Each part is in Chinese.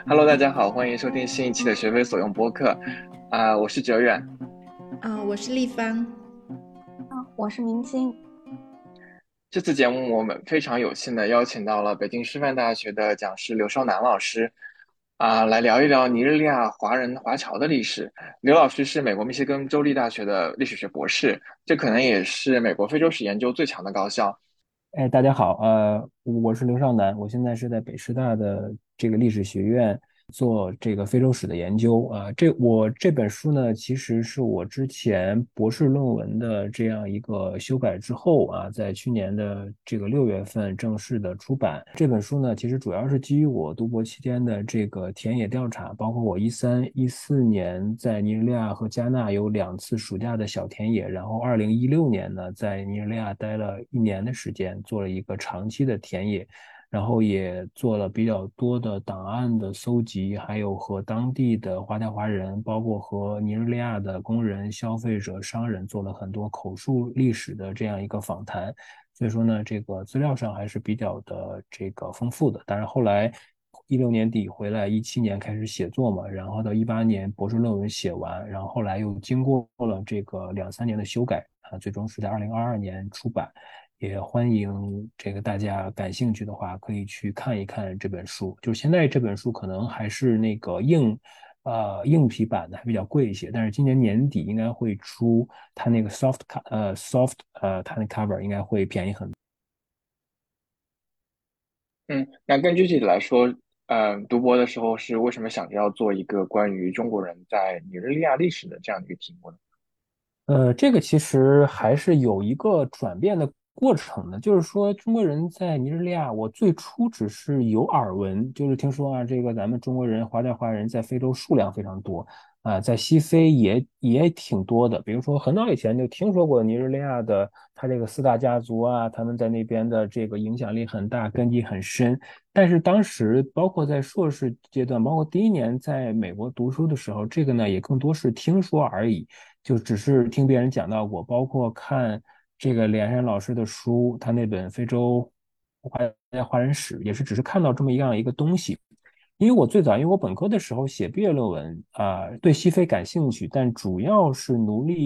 Hello，大家好，欢迎收听新一期的学非所用播客。我是哲远。 我是立方。 我是明星。 这次节目我们非常有幸的邀请到了北京师范大学的讲师刘绍南老师，来聊一聊尼日利亚华人华侨的历史。刘老师是美国密歇根州立大学的历史学博士，这可能也是美国非洲史研究最强的高校。 哎，大家好，我是刘绍南，我现在是在北师大的这个历史学院做这个非洲史的研究啊。我这本书呢，其实是我之前博士论文的这样一个修改之后啊，在去年的这个6月份正式的出版。这本书呢，其实主要是基于我读博期间的这个田野调查，包括我13、14年在尼日利亚和加纳有2次暑假的小田野，然后2016年呢，在尼日利亚待了1年的时间，做了一个长期的田野。然后也做了比较多的档案的搜集，还有和当地的华侨华人，包括和尼日利亚的工人、消费者、商人做了很多口述历史的这样一个访谈。所以说呢，这个资料上还是比较的这个丰富的。但是后来16年底回来，17年开始写作嘛，然后到18年博士论文写完，然后后来又经过了这个2、3年的修改啊，最终是在2022年出版。也欢迎这个大家感兴趣的话，可以去看一看这本书。就是现在这本书可能还是那个硬皮版的，还比较贵一些，但是今年年底应该会出它那个 它那 cover 应该会便宜很多。 嗯，那更具体的来说，读博的时候是为什么想着要做一个关于中国人在尼日利亚历史的这样的一个题目呢？ 这个其实还是有一个转变的过程的，就是说中国人在尼日利亚，我最初只是有耳闻，就是听说啊，这个咱们中国人华侨华人在非洲数量非常多啊，在西非也挺多的，比如说很早以前就听说过尼日利亚的他这个4大家族啊，他们在那边的这个影响力很大，根基很深。但是当时包括在硕士阶段，包括第1年在美国读书的时候，这个呢也更多是听说而已。就只是听别人讲到过，包括看这个连山老师的书，他那本《非洲华人史》，也是只是看到这么一个东西。因为我最早，因为我本科的时候写毕业论文对西非感兴趣，但主要是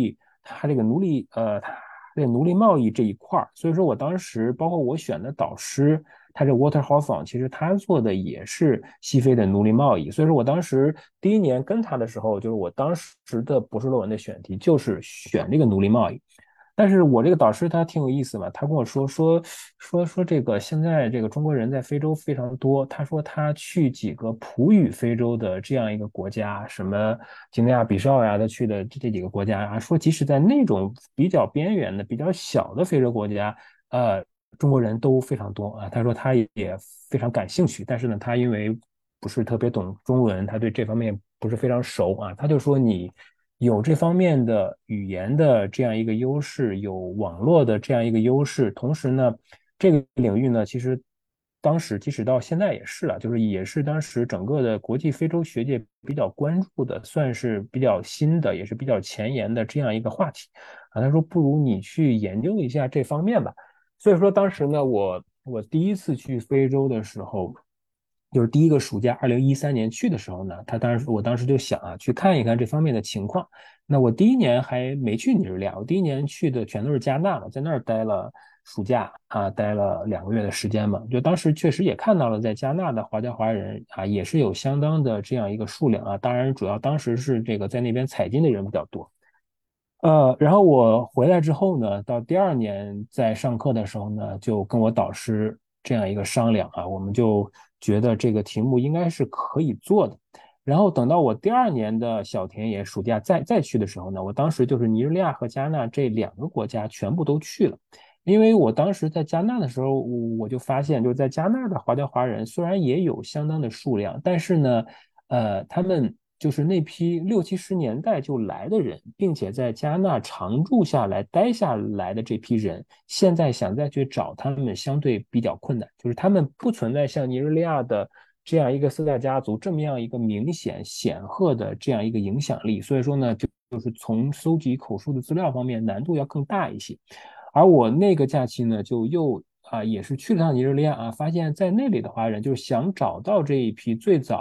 他这个奴隶贸易这一块儿，所以说我当时包括我选的导师，他这 Walter Hawthorne，其实他做的也是西非的奴隶贸易，所以说我当时第1年跟他的时候，就是我当时的博士论文的选题就是选这个奴隶贸易。但是我这个导师他挺有意思嘛，他跟我说这个现在这个中国人在非洲非常多，他说他去几个普语非洲的这样一个国家，什么几内亚比绍呀，他去的这几个国家啊，说即使在那种比较边缘的、比较小的非洲国家，呃，中国人都非常多啊。他说他也非常感兴趣，但是呢，他因为不是特别懂中文，他对这方面不是非常熟啊。他就说你有这方面的语言的这样一个优势，有网络的这样一个优势，同时呢，这个领域呢，其实当时即使到现在也是了，就是也是当时整个的国际非洲学界比较关注的，算是比较新的，也是比较前沿的这样一个话题啊。他说不如你去研究一下这方面吧。所以说当时呢，我第一次去非洲的时候，就是第一个暑假，2013年去的时候呢，我当时就想啊，去看一看这方面的情况。那我第1年还没去尼日利亚，我第1年去的全都是加纳嘛，在那儿待了暑假啊，待了2个月的时间嘛。就当时确实也看到了，在加纳的华侨华人啊，也是有相当的这样一个数量啊。当然，主要当时是这个在那边采金的人比较多。然后我回来之后呢，到第2年在上课的时候呢，就跟我导师这样一个商量啊，我们就觉得这个题目应该是可以做的。然后等到我第2年的小田野暑假再去的时候呢，我当时就是尼日利亚和加纳这2个国家全部都去了。因为我当时在加纳的时候，我就发现，就是在加纳的华侨华人虽然也有相当的数量，但是呢，他们就是那批60、70年代就来的人，并且在加纳常住下来、待下来的这批人，现在想再去找他们，相对比较困难。就是他们不存在像尼日利亚的这样一个4大家族这么样一个明显显赫的这样一个影响力，所以说呢，就是从搜集口述的资料方面难度要更大一些。而我那个假期呢，就又也是去了趟尼日利亚啊，发现在那里的华人就是想找到这一批最早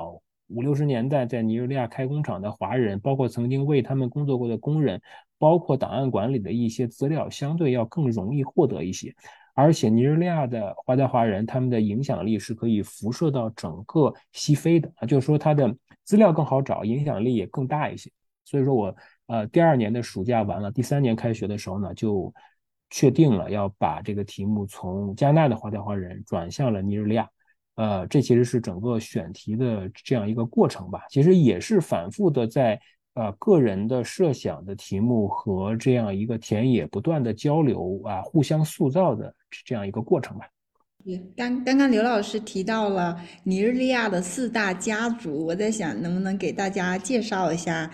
50、60年代在尼日利亚开工厂的华人，包括曾经为他们工作过的工人，包括档案馆里的一些资料，相对要更容易获得一些。而且尼日利亚的华人，他们的影响力是可以辐射到整个西非的啊，就是说他的资料更好找，影响力也更大一些。所以说我第二年的暑假完了，第三年开学的时候呢，就确定了要把这个题目从加纳的华人转向了尼日利亚。这其实是整个选题的这样一个过程吧，其实也是反复的在个人的设想的题目和这样一个田野不断的交流啊，互相塑造的这样一个过程吧。 刚刚刘老师提到了尼日利亚的4大家族，我在想能不能给大家介绍一下，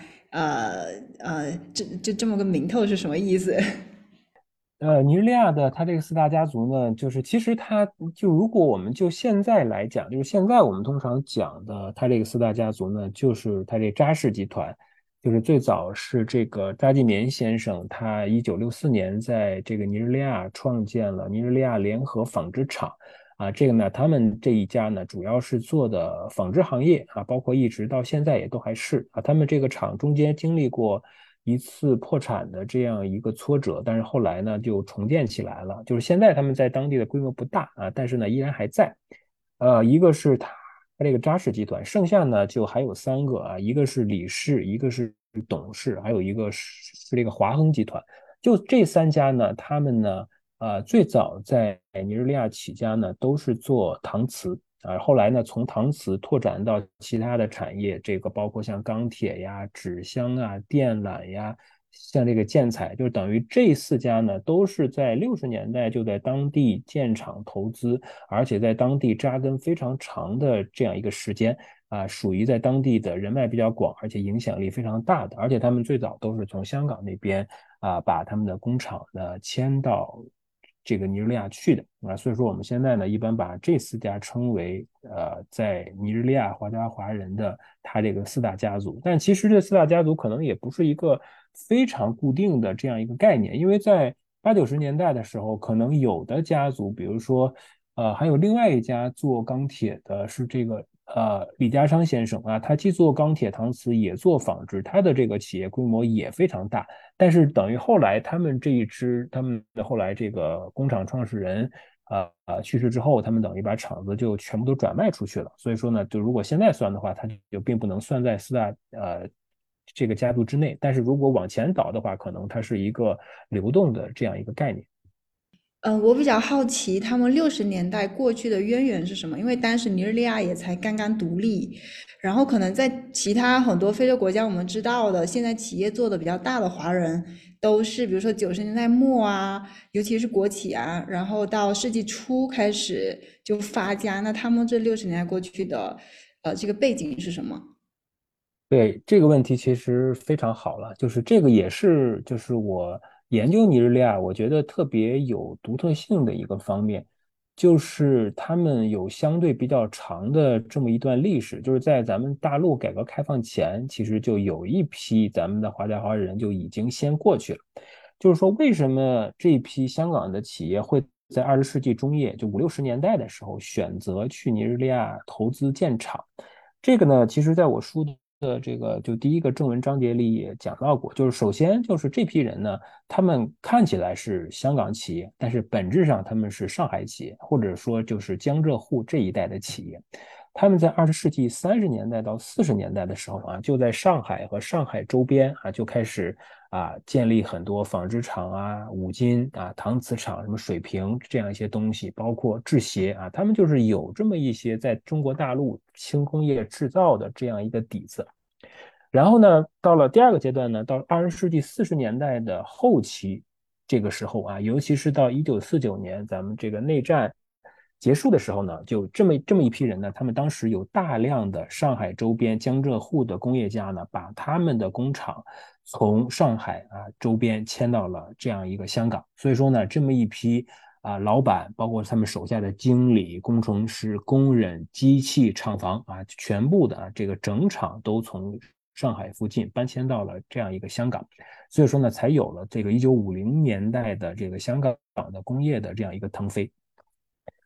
这么个名头是什么意思？ 尼日利亚的它这个4大家族呢，就是其实它就如果我们就现在来讲，就是现在我们通常讲的它这个4大家族呢，就是它这扎氏集团，就是最早是这个扎纪棉先生，他1964年在这个尼日利亚创建了尼日利亚联合纺织厂啊，这个呢，他们这一家呢主要是做的纺织行业啊，包括一直到现在也都还是啊，他们这个厂中间经历过一次破产的这样一个挫折，但是后来呢就重建起来了。就是现在他们在当地的规模不大啊，但是呢依然还在。一个是他这个扎氏集团，剩下呢就还有3个啊，一个是理事，一个是董事，还有一个是这个华亨集团。就这3家呢，他们呢最早在尼日利亚起家呢都是做搪瓷。啊，后来呢，从搪瓷拓展到其他的产业，这个包括像钢铁呀、纸箱啊、电缆呀，像这个建材，就等于这4家呢，都是在60年代就在当地建厂投资，而且在当地扎根非常长的这样一个时间啊，属于在当地的人脉比较广，而且影响力非常大的，而且他们最早都是从香港那边啊，把他们的工厂呢迁到这个尼日利亚去的啊，所以说我们现在呢，一般把这4家称为在尼日利亚华人的他这个4大家族，但其实这4大家族可能也不是一个非常固定的这样一个概念，因为在80、90年代的时候，可能有的家族，比如说还有另外一家做钢铁的是这个李家昌先生啊，他既做钢铁搪瓷也做纺织，他的这个企业规模也非常大。但是等于后来他们的后来这个工厂创始人去世之后，他们等于把厂子就全部都转卖出去了。所以说呢，就如果现在算的话，它就并不能算在这个家族之内。但是如果往前倒的话，可能它是一个流动的这样一个概念。 我比较好奇他们60年代过去的渊源是什么？因为当时尼日利亚也才刚刚独立，然后可能在其他很多非洲国家，我们知道的现在企业做的比较大的华人，都是比如说90年代末啊，尤其是国企啊，然后到世纪初开始就发家。那他们这60年代过去的，这个背景是什么？ 对，这个问题其实非常好了，就是这个也是就是我研究尼日利亚，我觉得特别有独特性的一个方面，就是他们有相对比较长的这么一段历史，就是在咱们大陆改革开放前，其实就有一批咱们的华人就已经先过去了。就是说，为什么这一批香港的企业会在20世纪中叶，就50、60年代的时候选择去尼日利亚投资建厂？这个呢，其实在我书的这个就第一个正文章节里也讲到过，就是首先就是这批人呢，他们看起来是香港企业，但是本质上他们是上海企业，或者说就是江浙沪这一带的企业。他们在20世纪30年代到40年代的时候啊，就在上海和上海周边啊，就开始建立很多纺织厂啊、五金啊、搪瓷厂、什么水平这样一些东西，包括制鞋啊，他们就是有这么一些在中国大陆轻工业制造的这样一个底子。然后呢，到了第二个阶段呢，到20世纪40年代的后期，这个时候啊，尤其是到1949年，咱们这个内战结束的时候呢，就这么一批人呢，他们当时有大量的上海周边江浙沪的工业家呢，把他们的工厂从上海周边迁到了这样一个香港，所以说呢，这么一批老板，包括他们手下的经理、工程师、工人、机器、厂房全部的这个整厂都从上海附近搬迁到了这样一个香港，所以说呢，才有了这个1950年代的这个香港的工业的这样一个腾飞。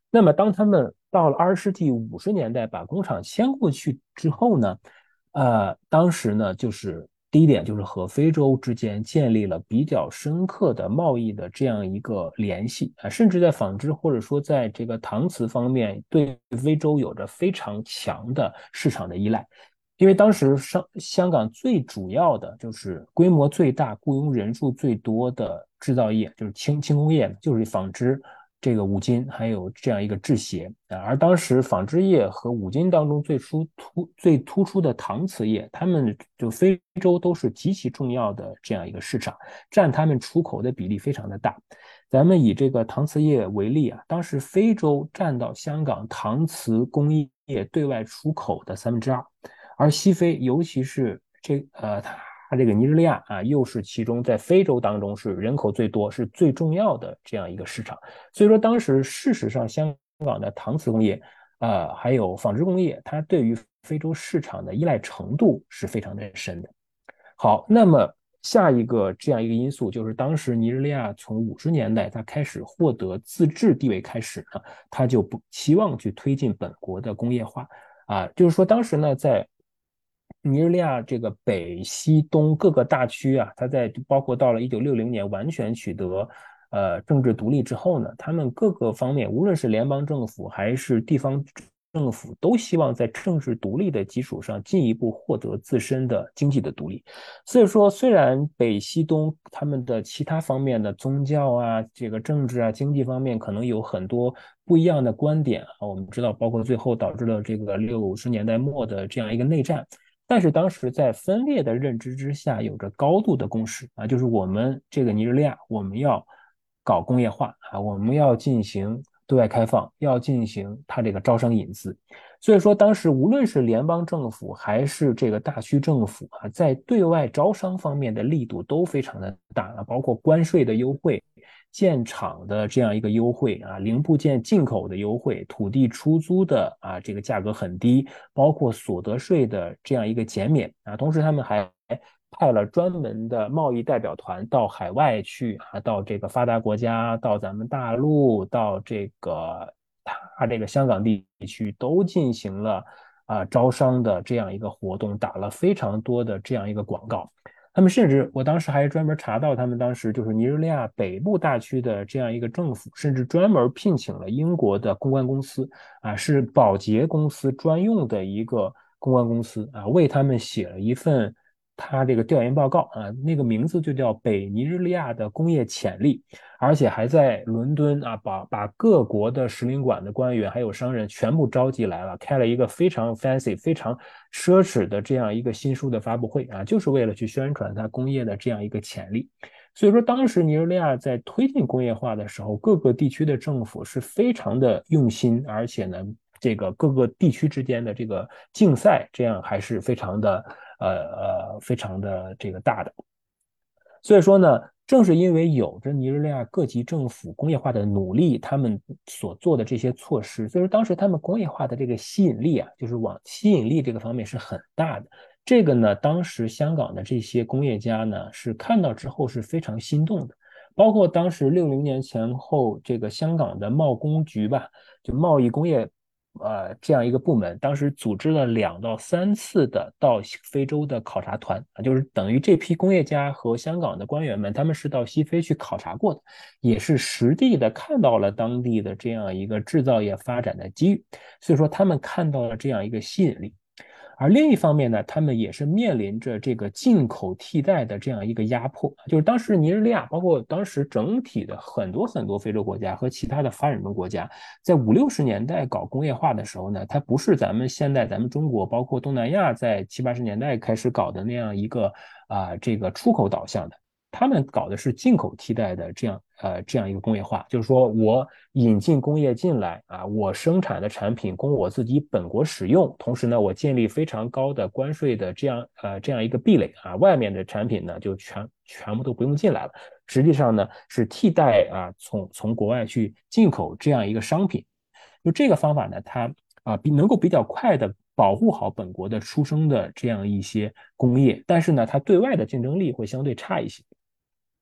那么当他们到了20世纪50年代把工厂迁过去之后呢，当时呢就是第一点就是和非洲之间建立了比较深刻的贸易的这样一个联系啊，甚至在纺织或者说在这个搪瓷方面对非洲有着非常强的市场的依赖。因为当时香港最主要的就是规模最大、雇佣人数最多的制造业，就是轻工业，就是纺织、这个五金，还有这样一个制鞋啊。而当时纺织业和五金当中最突出的搪瓷业，他们就非洲都是极其重要的这样一个市场，占他们出口的比例非常的大。咱们以这个搪瓷业为例啊，当时非洲占到香港搪瓷工业对外出口的2%。而西非，尤其是它这个尼日利亚啊，又是其中在非洲当中是人口最多、是最重要的这样一个市场。所以说，当时事实上香港的搪瓷工业，还有纺织工业，它对于非洲市场的依赖程度是非常的深的。好，那么下一个这样一个因素就是，当时尼日利亚从50年代它开始获得自治地位开始呢，它就不期望去推进本国的工业化啊，就是说当时呢，在尼日利亚这个北西东各个大区啊，它在包括到了1960年完全取得政治独立之后呢，他们各个方面，无论是联邦政府还是地方政府，都希望在政治独立的基础上进一步获得自身的经济的独立。所以说，虽然北西东他们的其他方面的宗教啊、这个政治啊、经济方面可能有很多不一样的观点啊，我们知道，包括最后导致了这个60年代末的这样一个内战。但是当时在分裂的认知之下，有着高度的共识啊，就是我们这个尼日利亚，我们要搞工业化啊，我们要进行对外开放，要进行它这个招商引资。所以说，当时无论是联邦政府还是这个大区政府啊，在对外招商方面的力度都非常的大啊，包括关税的优惠、建厂的这样一个优惠啊，零部件进口的优惠，土地出租的这个价格很低，包括所得税的这样一个减免啊，同时他们还派了专门的贸易代表团到海外去啊，到这个发达国家，到咱们大陆，到这个这个香港地区都进行了招商的这样一个活动，打了非常多的这样一个广告。他们甚至，我当时还专门查到，他们当时就是尼日利亚北部大区的这样一个政府，甚至专门聘请了英国的公关公司啊，是宝洁公司专用的一个公关公司啊，为他们写了一份他这个调研报告啊，那个名字就叫《北尼日利亚的工业潜力》，而且还在伦敦啊，把各国的使领馆的官员还有商人全部召集来了，开了一个非常 fancy、非常奢侈的这样一个新书的发布会啊，就是为了去宣传它工业的这样一个潜力。所以说，当时尼日利亚在推进工业化的时候，各个地区的政府是非常的用心，而且呢，这个各个地区之间的这个竞赛，这样还是非常的非常的这个大的。所以说呢，正是因为有着尼日利亚各级政府工业化的努力，他们所做的这些措施，所以说当时他们工业化的这个吸引力啊，就是往吸引力这个方面是很大的。这个呢，当时香港的这些工业家呢，是看到之后是非常心动的。包括当时60年前后，这个香港的贸工局吧，就贸易工业这样一个部门，当时组织了2到3次的到非洲的考察团啊，就是等于这批工业家和香港的官员们，他们是到西非去考察过的，也是实地的看到了当地的这样一个制造业发展的机遇，所以说他们看到了这样一个吸引力。而另一方面呢，他们也是面临着这个进口替代的这样一个压迫，就是当时尼日利亚，包括当时整体的很多非洲国家和其他的发展中国家，在50、60年代搞工业化的时候呢，它不是咱们现在咱们中国，包括东南亚在70、80年代开始搞的那样一个这个出口导向的。他们搞的是进口替代的这样一个工业化，就是说我引进工业进来啊，我生产的产品供我自己本国使用，同时呢，我建立非常高的关税的这样一个壁垒啊，外面的产品呢就全部都不用进来了，实际上呢是替代从国外去进口这样一个商品，就这个方法呢，它能够比较快的保护好本国的出生的这样一些工业，但是呢，它对外的竞争力会相对差一些。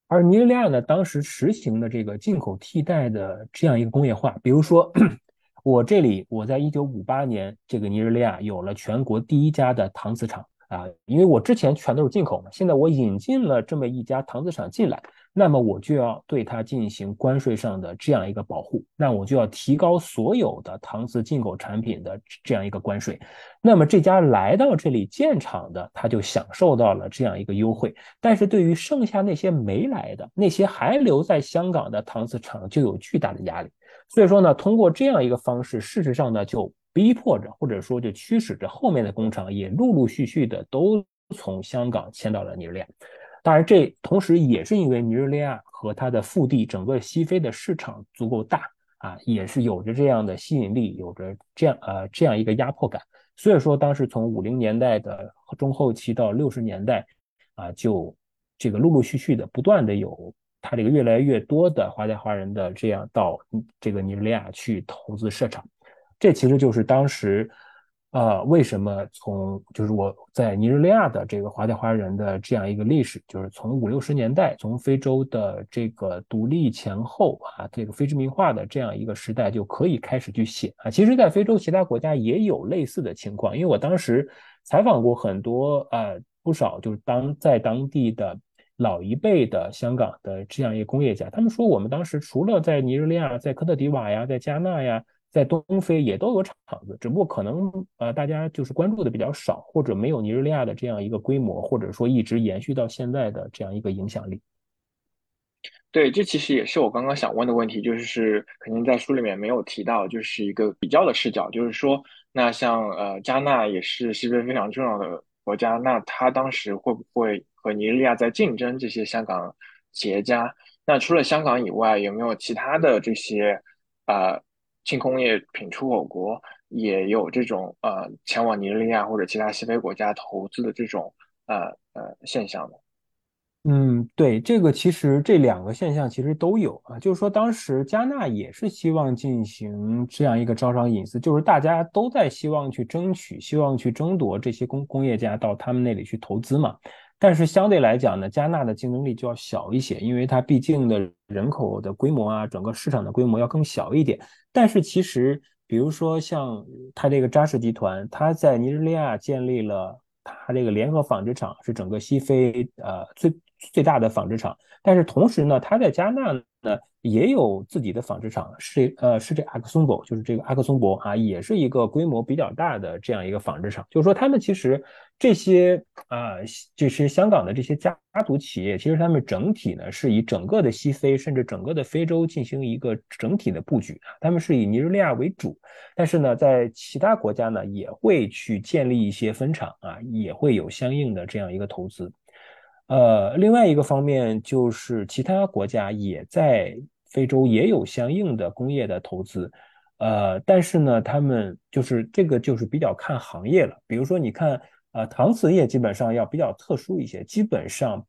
而尼日利亚呢，当时实行的这个进口替代的这样一个工业化，比如说，我在1958年，这个尼日利亚有了全国第一家的搪瓷厂啊，因为我之前全都是进口嘛，现在我引进了这么一家搪瓷厂进来，那么我就要对它进行关税上的这样一个保护，那我就要提高所有的搪瓷进口产品的这样一个关税。那么这家来到这里建厂的，他就享受到了这样一个优惠，但是对于剩下那些没来的、那些还留在香港的搪瓷厂就有巨大的压力。所以说呢，通过这样一个方式，事实上呢，就逼迫着或者说就驱使着后面的工厂也陆陆续续的都从香港迁到了尼日利亚。当然，这同时也是因为尼日利亚和它的腹地整个西非的市场足够大啊，也是有着这样的吸引力，有着这样一个压迫感。所以说，当时从50年代的中后期到60年代啊，就这个陆陆续续的不断的有它这个越来越多的华侨华人的这样到这个尼日利亚去投资设厂。这其实就是当时为什么就是我在尼日利亚的这个华侨华人的这样一个历史，就是从50、60年代，从非洲的这个独立前后啊，这个非殖民化的这样一个时代就可以开始去写啊。其实，在非洲其他国家也有类似的情况，因为我当时采访过很多不少就是在当地的老一辈的香港的这样一个工业家，他们说我们当时除了在尼日利亚、在科特迪瓦呀、在加纳呀。在东非也都有厂子，只不过可能大家就是关注的比较少，或者没有尼日利亚的这样一个规模，或者说一直延续到现在的这样一个影响力。 对，这其实也是我刚刚想问的问题，就是肯定在书里面没有提到，就是一个比较的视角，就是说，那像加纳也是西非非常重要的国家，那他当时会不会和尼日利亚在竞争这些香港企业家？那除了香港以外，有没有其他的这些呃轻工业品出口国也有这种前往尼日利亚或者其他西非国家投资的这种现象呢？ 嗯，对，这个其实这两个现象其实都有啊，就是说当时加纳也是希望进行这样一个招商引资，就是大家都在希望去争取、希望去争夺这些工业家到他们那里去投资嘛。但是相对来讲呢，加纳的竞争力就要小一些，因为它毕竟的人口的规模啊，整个市场的规模要更小一点。但是其实，比如说像它这个扎实集团，它在尼日利亚建立了。它这个联合纺织厂是整个西非最大的纺织厂，但是同时呢，它在加纳呢也有自己的纺织厂，是这阿克松博，就是这个阿克松博啊，也是一个规模比较大的这样一个纺织厂。就是说，他们其实这些这些香港的这些家族企业，其实他们整体呢是以整个的西非甚至整个的非洲进行一个整体的布局，他们是以尼日利亚为主，但是呢，在其他国家呢也会去建立一些分厂啊，也会有相应的这样一个投资。另外一个方面就是其他国家也在非洲也有相应的工业的投资，但是呢，他们就是这个就是比较看行业了。比如说，你看，搪瓷业基本上要比较特殊一些，基本上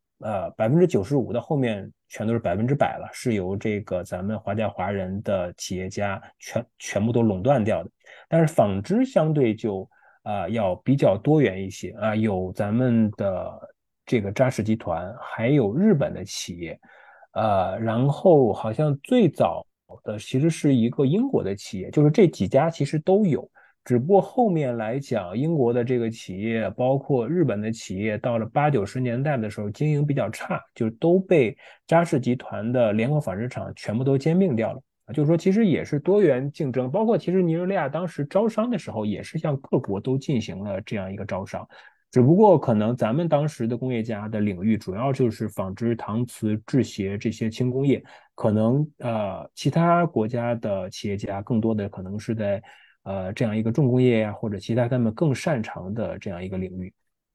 95%的后面全都是100%了，是由这个咱们华侨华人的企业家全部都垄断掉的。但是纺织相对就要比较多元一些啊，有咱们的这个扎实集团，还有日本的企业，然后好像最早的其实是一个英国的企业，就是这几家其实都有，只不过后面来讲，英国的这个企业，包括日本的企业，到了80、90年代的时候，经营比较差，就都被扎实集团的联合纺织厂全部都兼并掉了。就是说，其实也是多元竞争，包括其实尼日利亚当时招商的时候，也是向各国都进行了这样一个招商，只不过可能咱们当时的工业家的领域主要就是纺织、搪瓷、制鞋这些轻工业，可能其他国家的企业家更多的可能是在这样一个重工业呀、或者其他他们更擅长的这样一个领域。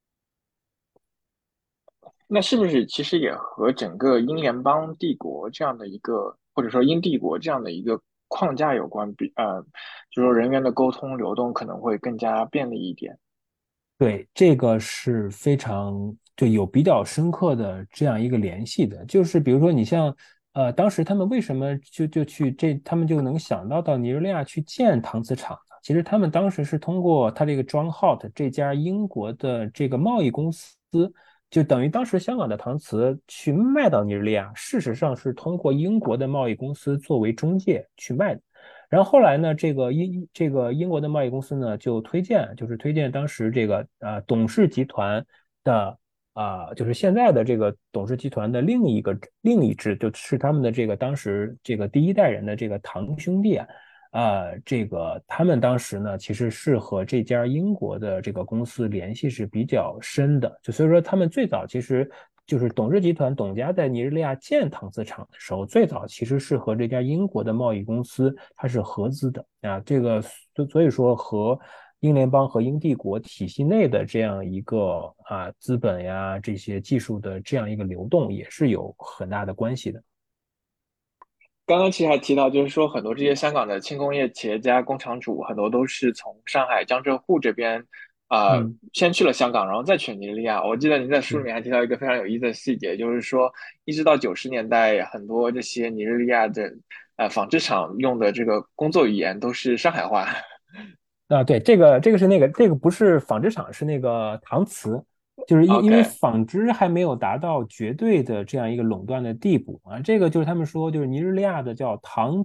那是不是其实也和整个英联邦帝国这样的一个，或者说英帝国这样的一个框架有关？就是说人员的沟通流动可能会更加便利一点。 对，这个是非常就有比较深刻的这样一个联系的，就是比如说你像当时他们为什么他们就能想到尼日利亚去建搪瓷厂呢？其实他们当时是通过他这个 John Holt 这家英国的这个贸易公司就等于当时香港的搪瓷去卖到尼日利亚，事实上是通过英国的贸易公司作为中介去卖的。然后后来呢，这个英国的贸易公司呢就推荐当时这个董事集团的就是现在的这个董事集团的另一支，就是他们的这个当时这个第一代人的这个堂兄弟啊。这个他们当时呢，其实是和这家英国的这个公司联系是比较深的，所以说他们最早其实就是董事集团董家在尼日利亚建搪瓷厂的时候，最早其实是和这家英国的贸易公司它是合资的啊，这个所以说和英联邦和英帝国体系内的这样一个资本呀这些技术的这样一个流动也是有很大的关系的。 刚刚其实还提到，就是说很多这些香港的轻工业企业家、工厂主，很多都是从上海江浙沪这边， 嗯， 先去了香港，然后再去尼日利亚。我记得您在书里是。 面还提到一个非常有意思的细节，就是说，一直到90年代，很多这些尼日利亚的纺织厂用的这个工作语言都是上海话。 对，这个不是纺织厂，是那个搪瓷，就是因为 OK， 纺织还没有达到绝对的这样一个垄断的地步啊。这个就是他们说，就是尼日利亚的叫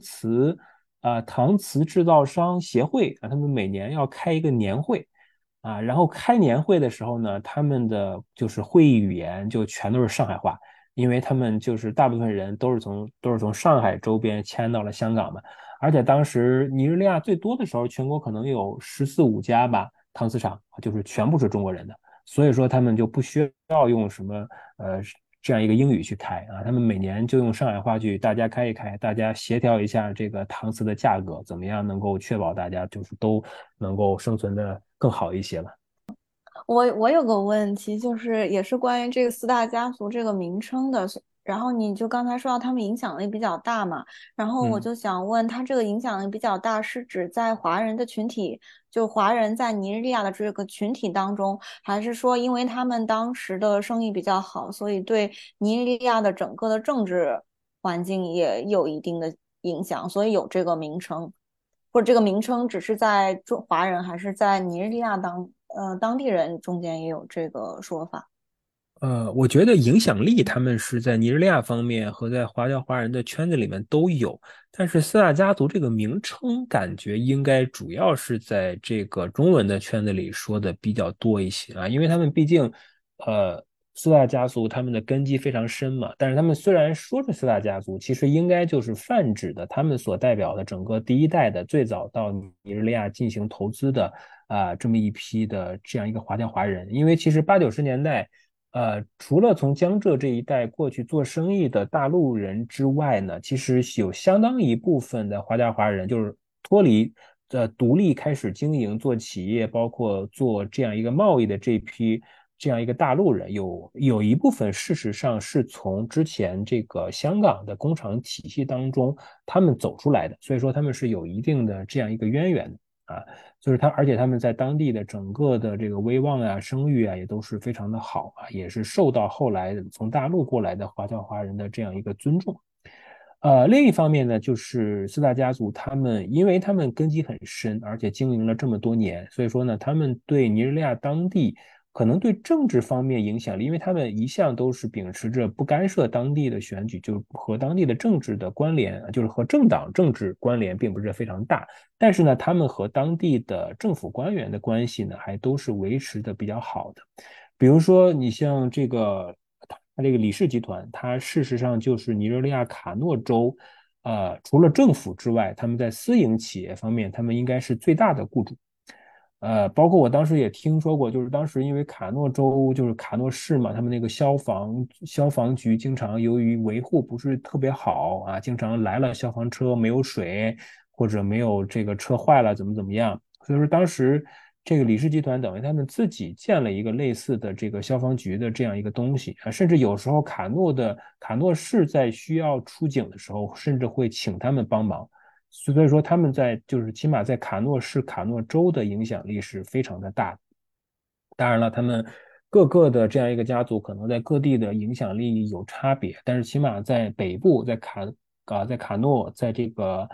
搪瓷制造商协会啊，他们每年要开一个年会然后开年会的时候呢，他们的就是会议语言就全都是上海话，因为他们就是大部分人都是从上海周边迁到了香港嘛。而且当时尼日利亚最多的时候，全国可能有14、15家吧搪瓷厂，就是全部是中国人的，所以说他们就不需要用什么呃这样一个英语去开他们每年就用上海话去大家开一开，大家协调一下这个搪瓷的价格，怎么样能够确保大家就是都能够生存的更好一些了。 我有个问题，就是也是关于这个四大家族这个名称的。然后你就刚才说到他们影响力比较大嘛，然后我嗯。 就想问，他这个影响力比较大，是指在华人的群体，就华人在尼日利亚的这个群体当中，还是说因为他们当时的生意比较好，所以对尼日利亚的整个的政治环境也有一定的影响，所以有这个名称？或者这个名称只是在中华人，还是在尼日利亚当地人中间也有这个说法？ 我觉得影响力他们是在尼日利亚方面和在华侨华人的圈子里面都有，但是四大家族这个名称感觉应该主要是在这个中文的圈子里说的比较多一些因为他们毕竟，四大家族他们的根基非常深嘛，但是他们虽然说是四大家族，其实应该就是泛指的他们所代表的整个第一代的最早到尼日利亚进行投资的这么一批的这样一个华侨华人，因为其实80、90年代。除了从江浙这一带过去做生意的大陆人之外呢，其实有相当一部分的华侨华人，就是脱离独立开始经营做企业，包括做这样一个贸易的这批这样一个大陆人，有一部分事实上是从之前这个香港的工厂体系当中他们走出来的，所以说他们是有一定的这样一个渊源的。就是而且他们在当地的整个的这个威望声誉也都是非常的好也是受到后来从大陆过来的华侨华人的这样一个尊重。另一方面呢，就是四大家族因为他们根基很深，而且经营了这么多年，所以说呢，他们对尼日利亚当地可能对政治方面影响力，因为他们一向都是秉持着不干涉当地的选举，就和当地的政治的关联，就是和政党政治关联并不是非常大。但是呢，他们和当地的政府官员的关系呢，还都是维持的比较好的。比如说，你像它这个李氏集团，它事实上就是尼日利亚卡诺州，除了政府之外，他们在私营企业方面，他们应该是最大的雇主。包括我当时也听说过，就是当时因为卡诺州就是卡诺市嘛，他们那个消防局经常由于维护不是特别好经常来了消防车没有水，或者没有这个车坏了怎么样，所以说当时这个李氏集团等于他们自己建了一个类似的这个消防局的这样一个东西甚至有时候卡诺市在需要出警的时候，甚至会请他们帮忙。所以说他们就是起码在卡诺市、卡诺州的影响力是非常的大的。当然了，他们各个的这样一个家族可能在各地的影响力有差别，但是起码在北部，在卡诺，在这个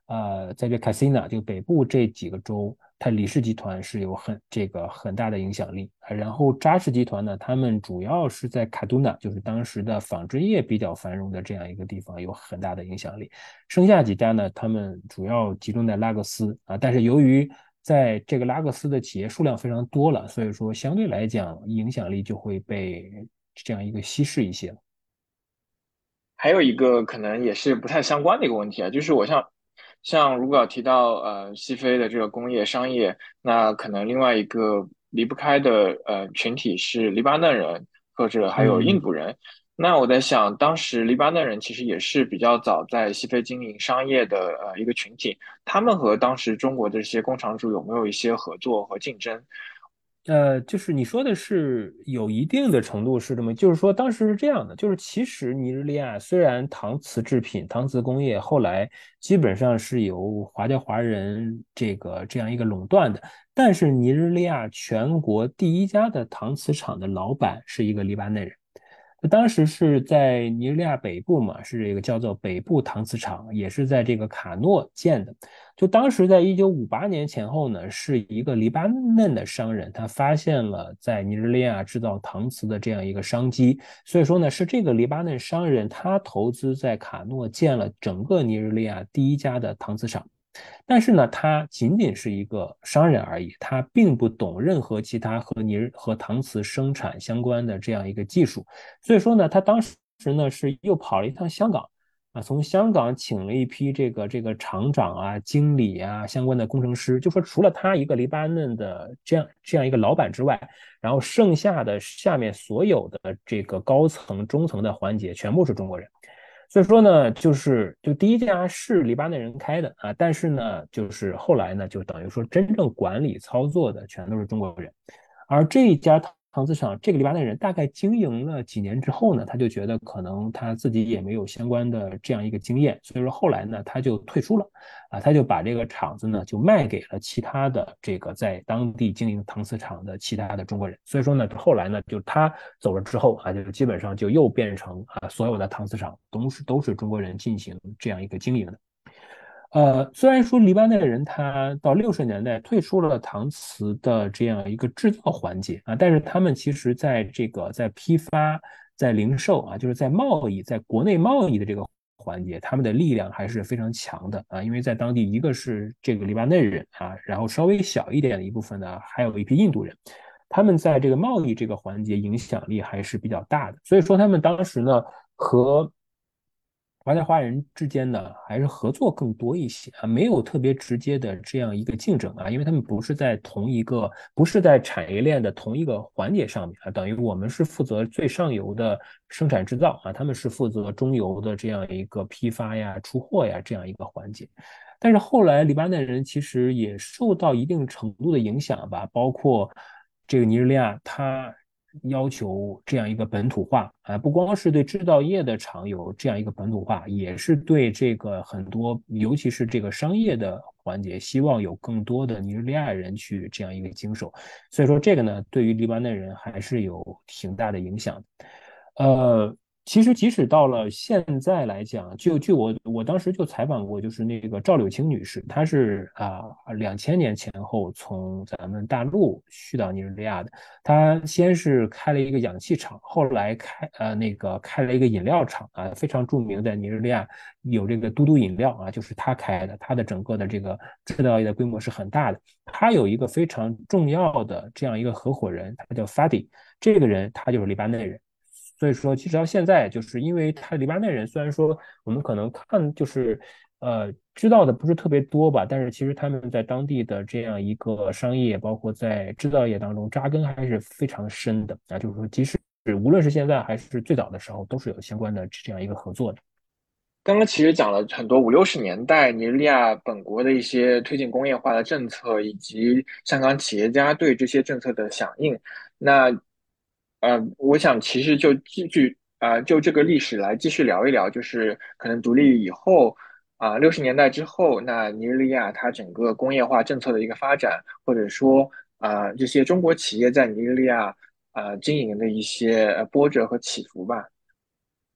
在这卡 a s i n a 就北部这几个州，它李氏集团是有很大的影响力。然后扎氏集团呢，他们主要是在卡杜纳，就是当时的纺织业比较繁荣的这样一个地方有很大的影响力。剩下几家呢，他们主要集中在拉各斯啊，但是由于在这个拉各斯的企业数量非常多了，所以说相对来讲影响力就会被这样一个稀释一些了。 还有一个可能也是不太相关的一个问题啊，就是像如果要提到西非的这个工业商业，那可能另外一个离不开的群体是黎巴嫩人或者还有印嗯。 度人。那我在想，当时黎巴嫩人其实也是比较早在西非经营商业的一个群体，他们和当时中国的这些工厂主有没有一些合作和竞争？ 就是你说的是有一定的程度是这么，就是说当时是这样的，就是其实尼日利亚虽然搪瓷制品、搪瓷工业后来基本上是由华侨华人这样一个垄断的，但是尼日利亚全国第一家的搪瓷厂的老板是一个黎巴嫩人。当时是在尼日利亚北部嘛，是这个叫做北部搪瓷厂，也是在这个卡诺建的。就当时在1958年前后呢，是一个黎巴嫩的商人，他发现了在尼日利亚制造搪瓷的这样一个商机，所以说呢，是这个黎巴嫩商人他投资在卡诺建了整个尼日利亚第一家的搪瓷厂。但是呢，他仅仅是一个商人而已，他并不懂任何其他和搪瓷生产相关的这样一个技术，所以说呢，他当时呢是又跑了一趟香港，啊，从香港请了一批这个厂长啊、经理啊相关的工程师，就说除了他一个黎巴嫩的这样一个老板之外，然后剩下的下面所有的这个高层、中层的环节全部是中国人。所以说呢，就第一家是黎巴嫩人开的啊，但是呢，就是后来呢，就等于说真正管理操作的全都是中国人，而这一家搪瓷厂，这个黎巴嫩人大概经营了几年之后呢，他就觉得可能他自己也没有相关的这样一个经验，所以说后来呢，他就退出了，啊，他就把这个厂子呢就卖给了其他的这个在当地经营搪瓷厂的其他的中国人，所以说呢，后来呢，就他走了之后啊，就基本上就又变成啊所有的搪瓷厂都是中国人进行这样一个经营的。虽然说黎巴嫩人他到60年代退出了搪瓷的这样一个制造环节啊，但是他们其实在批发、在零售啊，就是在贸易、在国内贸易的这个环节，他们的力量还是非常强的啊，因为在当地一个是这个黎巴嫩人啊，然后稍微小一点的一部分呢，还有一批印度人。他们在这个贸易这个环节影响力还是比较大的，所以说他们当时呢和华侨华人之间呢，还是合作更多一些啊，没有特别直接的这样一个竞争啊，因为他们不是在产业链的同一个环节上面啊，等于我们是负责最上游的生产制造啊，他们是负责中游的这样一个批发呀、出货呀这样一个环节。但是后来黎巴嫩人其实也受到一定程度的影响吧，包括这个尼日利亚，它要求这样一个本土化啊，不光是对制造业的厂有这样一个本土化，也是对这个很多，尤其是这个商业的环节，希望有更多的尼日利亚人去这样一个经手。所以说这个呢，对于黎巴嫩人还是有挺大的影响的。呃，其实即使到了现在来讲，据我当时就采访过，就是那个赵柳青女士，她是2000年前后从咱们大陆去到尼日利亚的。她先是开了一个氧气厂，后来开了一个饮料厂啊，非常著名，在尼日利亚有这个嘟嘟饮料啊，就是她开的，她的整个的这个制造业的规模是很大的。她有一个非常重要的这样一个合伙人，他叫 Fadi，这个人他就是黎巴嫩人。所以说，其实到现在，就是因为他黎巴嫩人，虽然说我们可能知道的不是特别多吧，但是其实他们在当地的这样一个商业，包括在制造业当中扎根还是非常深的啊。就是说，即使无论是现在还是最早的时候，都是有相关的这样一个合作的。 刚刚其实讲了很多50、60年代尼日利亚本国的一些推进工业化的政策，以及香港企业家对这些政策的响应。那我想其实就继续就这个历史来继续聊一聊，就是可能独立以后60年代之后，那尼日利亚它整个工业化政策的一个发展，或者说这些中国企业在尼日利亚经营的一些波折和起伏吧。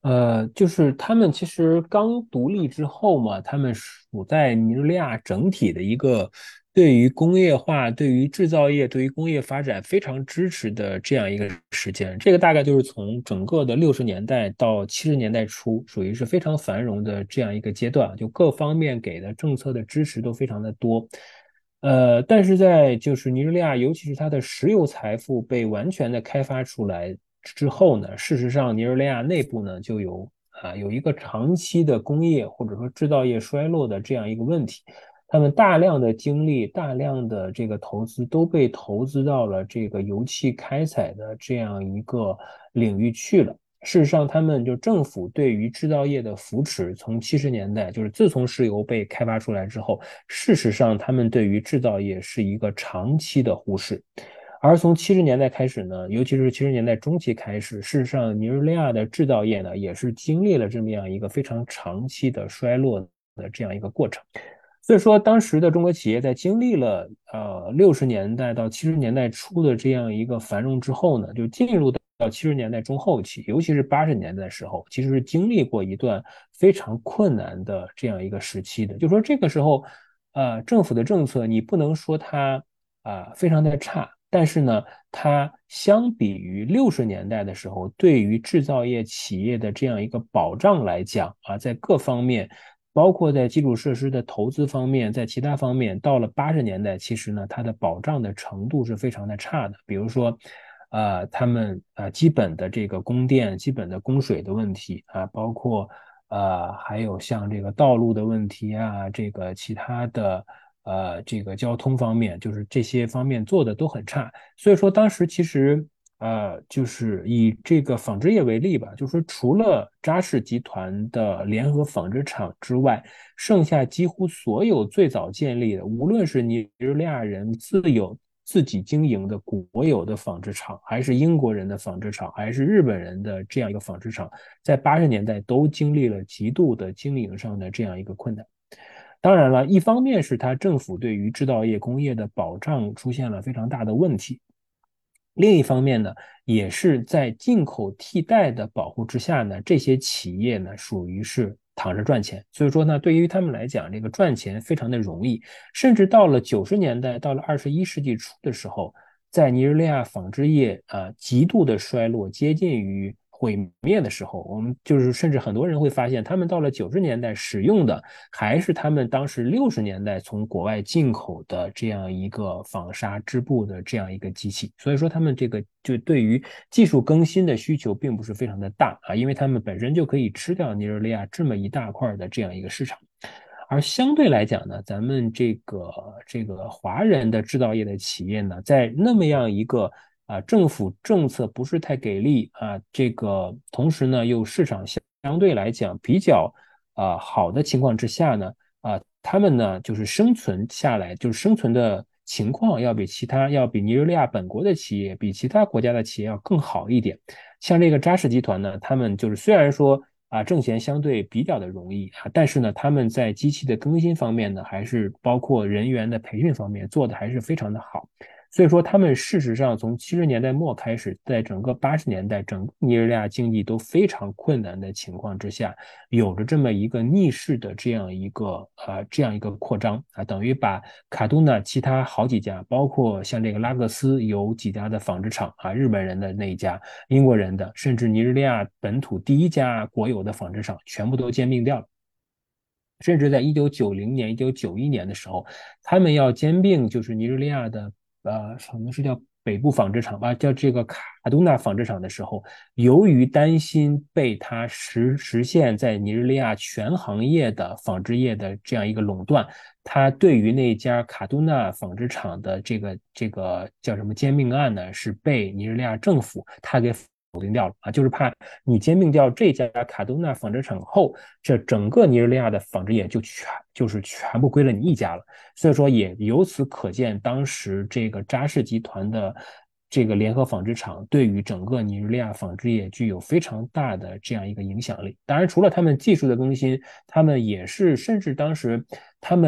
就是他们其实刚独立之后嘛，他们处在尼日利亚整体的一个对于工业化、对于制造业、对于工业发展非常支持的这样一个时间。这个大概就是从整个的60年代到70年代初，属于是非常繁荣的这样一个阶段，就各方面给的政策的支持都非常的多。但是在就是尼日利亚，尤其是它的石油财富被完全的开发出来之后呢，事实上尼日利亚内部呢就有一个长期的工业或者说制造业衰落的这样一个问题，他们大量的精力、大量的这个投资都被投资到了这个油气开采的这样一个领域去了。事实上，他们就政府对于制造业的扶持，从70年代，就是自从石油被开发出来之后，事实上他们对于制造业是一个长期的忽视。而从70年代开始呢，尤其是70年代中期开始，事实上尼日利亚的制造业呢，也是经历了这么样一个非常长期的衰落的这样一个过程。所以说，当时的中国企业在经历了60年代到70年代初的这样一个繁荣之后呢，就进入到70年代中后期，尤其是80年代的时候，其实是经历过一段非常困难的这样一个时期的。就说这个时候，政府的政策你不能说它非常的差，但是呢，它相比于60年代的时候，对于制造业企业的这样一个保障来讲在各方面。包括在基础设施的投资方面，在其他方面，到了80年代，其实呢，它的保障的程度是非常的差的。比如说，他们基本的这个供电、基本的供水的问题包括还有像这个道路的问题这个其他的这个交通方面，就是这些方面做的都很差。所以说，当时其实就是以这个纺织业为例吧，就是说除了扎氏集团的联合纺织厂之外，剩下几乎所有最早建立的，无论是尼日利亚人自己经营的国有的纺织厂，还是英国人的纺织厂，还是日本人的这样一个纺织厂，在80年代都经历了极度的经营上的这样一个困难。当然了，一方面是它政府对于制造业工业的保障出现了非常大的问题，另一方面呢，也是在进口替代的保护之下呢，这些企业呢属于是躺着赚钱，所以说呢，对于他们来讲，这个赚钱非常的容易，甚至到了90年代，到了21世纪初的时候，在尼日利亚纺织业极度的衰落，接近于毁灭的时候，我们就是甚至很多人会发现，他们到了90年代使用的还是他们当时60年代从国外进口的这样一个纺纱织布的这样一个机器，所以说他们这个就对于技术更新的需求并不是非常的大因为他们本身就可以吃掉尼日利亚这么一大块的这样一个市场。而相对来讲呢，咱们这个华人的制造业的企业呢，在那么样一个政府政策不是太给力这个同时呢又市场相对来讲比较好的情况之下呢他们呢就是生存下来，就是生存的情况要比尼日利亚本国的企业，比其他国家的企业要更好一点。像这个扎氏集团呢，他们就是虽然说挣钱相对比较的容易但是呢，他们在机器的更新方面呢，还是包括人员的培训方面做的还是非常的好。所以说，他们事实上从70年代末开始，在整个80年代，整个尼日利亚经济都非常困难的情况之下，有着这么一个逆势的这样一个扩张等于把卡杜纳其他好几家，包括像这个拉各斯有几家的纺织厂日本人的那一家，英国人的，甚至尼日利亚本土第一家国有的纺织厂，全部都兼并掉了。甚至在1990年、1991年的时候，他们要兼并就是尼日利亚的可能是叫北部纺织厂吧，叫这个卡杜纳纺织厂的时候，由于担心被它实现在尼日利亚全行业的纺织业的这样一个垄断，它对于那家卡杜纳纺织厂的这个叫什么兼并案呢，是被尼日利亚政府他给否定掉了就是怕你兼并掉这家卡杜纳纺织厂后，这整个尼日利亚的纺织业就是全部归了你一家了。所以说也由此可见，当时这个扎氏集团的这个联合纺织厂对于整个尼日利亚纺织业具有非常大的这样一个影响力。当然，除了他们技术的更新，他们也是甚至当时他们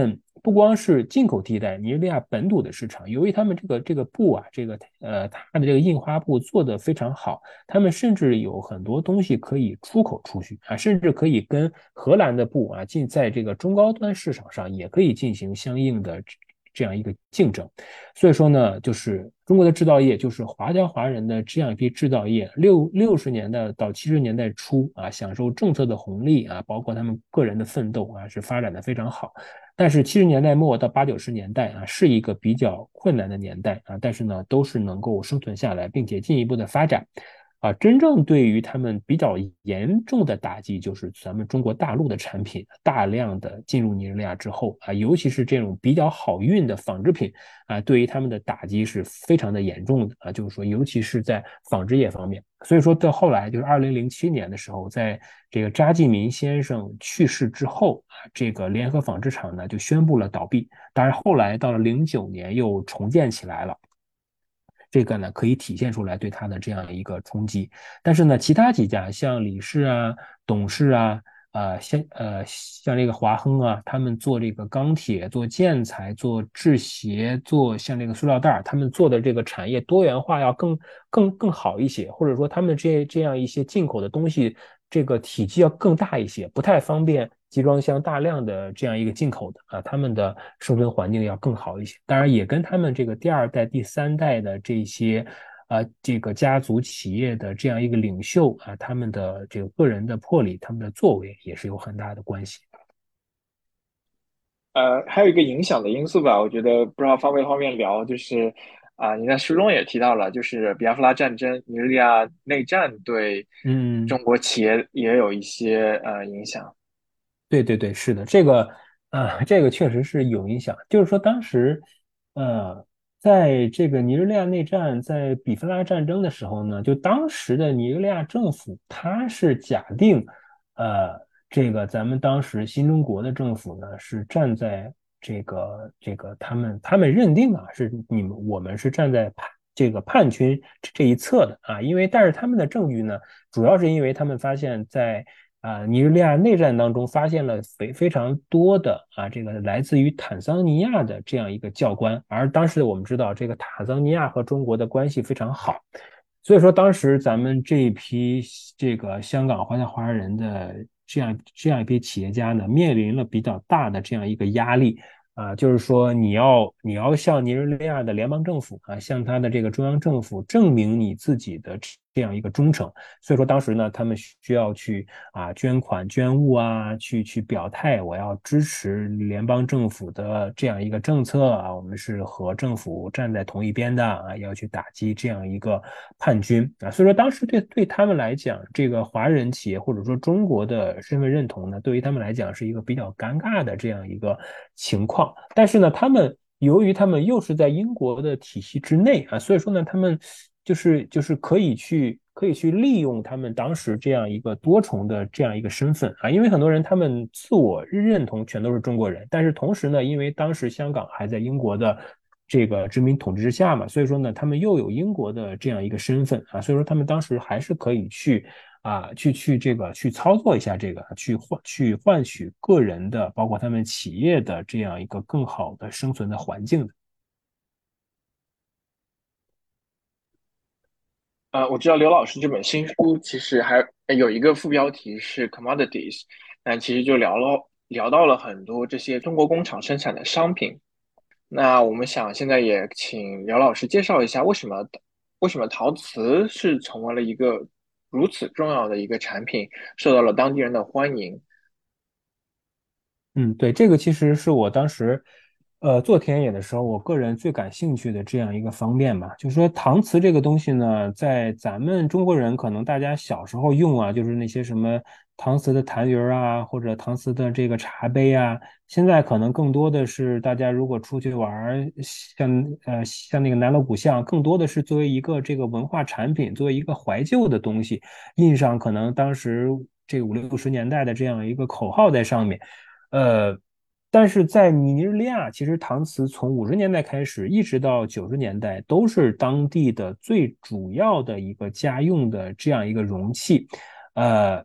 不光是进口替代尼日利亚本土的市场，由于他们这个布啊，它的这个印花布做得非常好，他们甚至有很多东西可以出口出去啊，甚至可以跟荷兰的布啊在这个中高端市场上也可以进行相应的这样一个竞争。所以说呢，就是中国的制造业，就是华侨华人的这样一批制造业，六十年代到70年代初啊，享受政策的红利啊，包括他们个人的奋斗啊，是发展的非常好。但是70年代末到80、90年代啊，是一个比较困难的年代啊，但是呢，都是能够生存下来，并且进一步的发展。啊，真正对于他们比较严重的打击，就是咱们中国大陆的产品大量的进入尼日利亚之后啊，尤其是这种比较好运的纺织品啊，对于他们的打击是非常的严重的啊，就是说，尤其是在纺织业方面。所以说，到后来就是2007年的时候，在这个查济民先生去世之后啊，这个联合纺织厂呢就宣布了倒闭。当然，后来到了09年又重建起来了。这个呢可以体现出来对它的这样一个冲击。但是呢，其他几家像理事啊、董事啊、像这个华亨啊，他们做这个钢铁、做建材、做制鞋、做像这个塑料袋，他们做的这个产业多元化要更好一些，或者说他们这样一些进口的东西，这个体积要更大一些，不太方便集装箱大量的这样一个进口的啊，他们的生存环境要更好一些。当然，也跟他们这个第二代、第三代的这些这个家族企业的这样一个领袖啊，他们的这个个人的魄力、他们的作为也是有很大的关系。 还有一个影响的因素吧，我觉得不知道方便聊，就是你在书中也提到了，就是比亚夫拉战争、尼日利亚内战对嗯。 中国企业也有一些影响。 对对对，是的，这个确实是有影响。就是说，当时，呃，在这个尼日利亚内战，在比弗拉战争的时候呢，就当时的尼日利亚政府，它是假定，这个咱们当时新中国的政府呢，是站在这个他们认定啊，是我们是站在这个叛军这一侧的啊，但是他们的证据呢，主要是因为他们发现在尼日利亚内战当中发现了非常多的这个来自于坦桑尼亚的这样一个教官，而当时我们知道这个坦桑尼亚和中国的关系非常好，所以说当时咱们这一批这个香港华侨华人的这样一批企业家呢，面临了比较大的这样一个压力。就是说你要向尼日利亚的联邦政府向他的这个中央政府证明你自己的这样一个忠诚，所以说当时呢，他们需要去捐款捐物去表态，我要支持联邦政府的这样一个政策我们是和政府站在同一边的要去打击这样一个叛军所以说当时对他们来讲，这个华人企业或者说中国的身份认同呢，对于他们来讲是一个比较尴尬的这样一个情况，但是呢，由于他们又是在英国的体系之内所以说呢，他们就是可以去利用他们当时这样一个多重的这样一个身份因为很多人他们自我认同全都是中国人，但是同时呢，因为当时香港还在英国的这个殖民统治之下嘛，所以说呢，他们又有英国的这样一个身份所以说他们当时还是可以去操作一下这个，去换取个人的，包括他们企业的这样一个更好的生存的环境的。 我知道刘老师这本新书其实还有一个副标题是 commodities，那其实就聊到了很多这些中国工厂生产的商品。那我们想现在也请刘老师介绍一下，为什么陶瓷是成为了一个如此重要的一个产品，受到了当地人的欢迎。 嗯，对，这个其实是我当时，做田野的时候，我个人最感兴趣的这样一个方面吧。就是说，搪瓷这个东西呢，在咱们中国人可能大家小时候用就是那些什么搪瓷的痰盂或者搪瓷的这个茶杯现在可能更多的是大家如果出去玩儿，像那个南锣鼓巷，更多的是作为一个这个文化产品，作为一个怀旧的东西，印上可能当时这个50、60年代的这样一个口号在上面。呃，但是在尼日利亚，其实搪瓷从50年代开始，一直到90年代，都是当地的最主要的一个家用的这样一个容器。呃，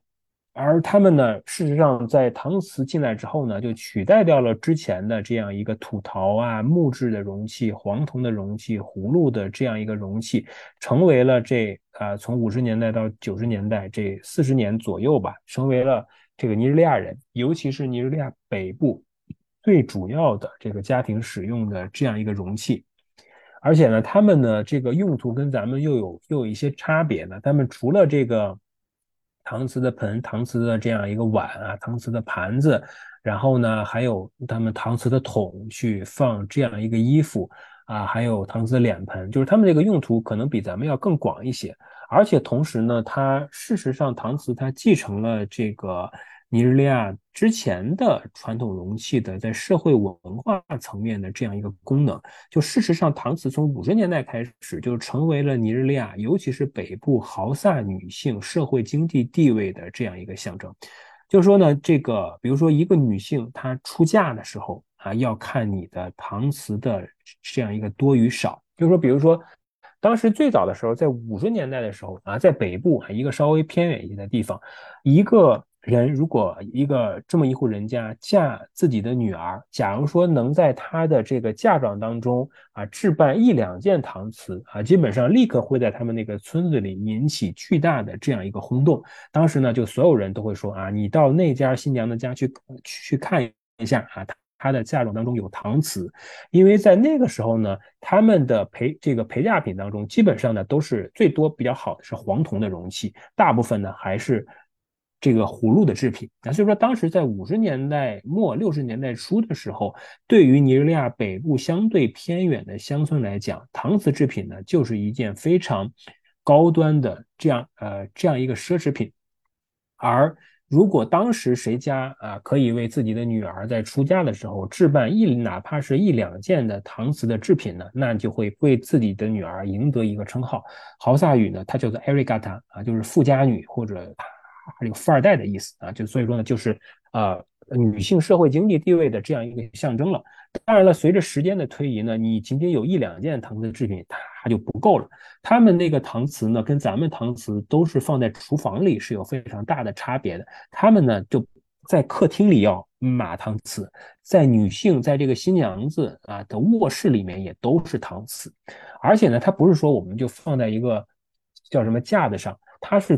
而他们呢，事实上在搪瓷进来之后呢，就取代掉了之前的这样一个土陶啊、木质的容器、黄铜的容器、葫芦的这样一个容器，成为了从50年代到90年代这40年左右吧，成为了这个尼日利亚人，尤其是尼日利亚北部最主要的这个家庭使用的这样一个容器。而且呢，他们呢这个用途跟咱们又有一些差别呢。他们除了这个搪瓷的盆、搪瓷的这样一个碗啊、搪瓷的盘子，然后呢还有他们搪瓷的桶去放这样一个衣服啊，还有搪瓷的脸盆，就是他们这个用途可能比咱们要更广一些。而且同时呢，它事实上搪瓷它继承了这个尼日利亚之前的传统容器的在社会文化层面的这样一个功能。就事实上，搪瓷从50年代开始就成为了尼日利亚，尤其是北部豪萨女性社会经济地位的这样一个象征。就是说呢，这个比如说一个女性她出嫁的时候啊，要看你的搪瓷的这样一个多与少。就是说，比如说当时最早的时候，在50年代的时候啊，在北部啊一个稍微偏远一些的地方，一个人如果这么一户人家嫁自己的女儿，假如说能在她的这个嫁妆当中啊置办1-2件搪瓷啊，基本上立刻会在他们那个村子里引起巨大的这样一个轰动。当时呢，就所有人都会说啊，你到那家新娘的家去看一下啊，她的嫁妆当中有搪瓷，因为在那个时候呢，他们的陪嫁品当中，基本上呢都是最多比较好的是黄铜的容器，大部分呢还是这个葫芦的制品。那所以说，当时在50年代末60年代初的时候，对于尼日利亚北部相对偏远的乡村来讲，搪瓷制品呢就是一件非常高端的这样一个奢侈品。而如果当时谁家啊可以为自己的女儿在出嫁的时候置办哪怕是1-2件的搪瓷的制品呢，那就会为自己的女儿赢得一个称号。豪萨语呢，它叫做 Arigata 啊，就是富家女或者还有富二代的意思啊，就所以说呢，就是女性社会经济地位的这样一个象征了。当然了，随着时间的推移呢，你仅仅有1-2件搪瓷制品，它就不够了。他们那个搪瓷呢，跟咱们搪瓷都是放在厨房里是有非常大的差别的。他们呢就在客厅里要码搪瓷，在女性在这个新娘子啊的卧室里面也都是搪瓷，而且呢，它不是说我们就放在一个叫什么架子上，它是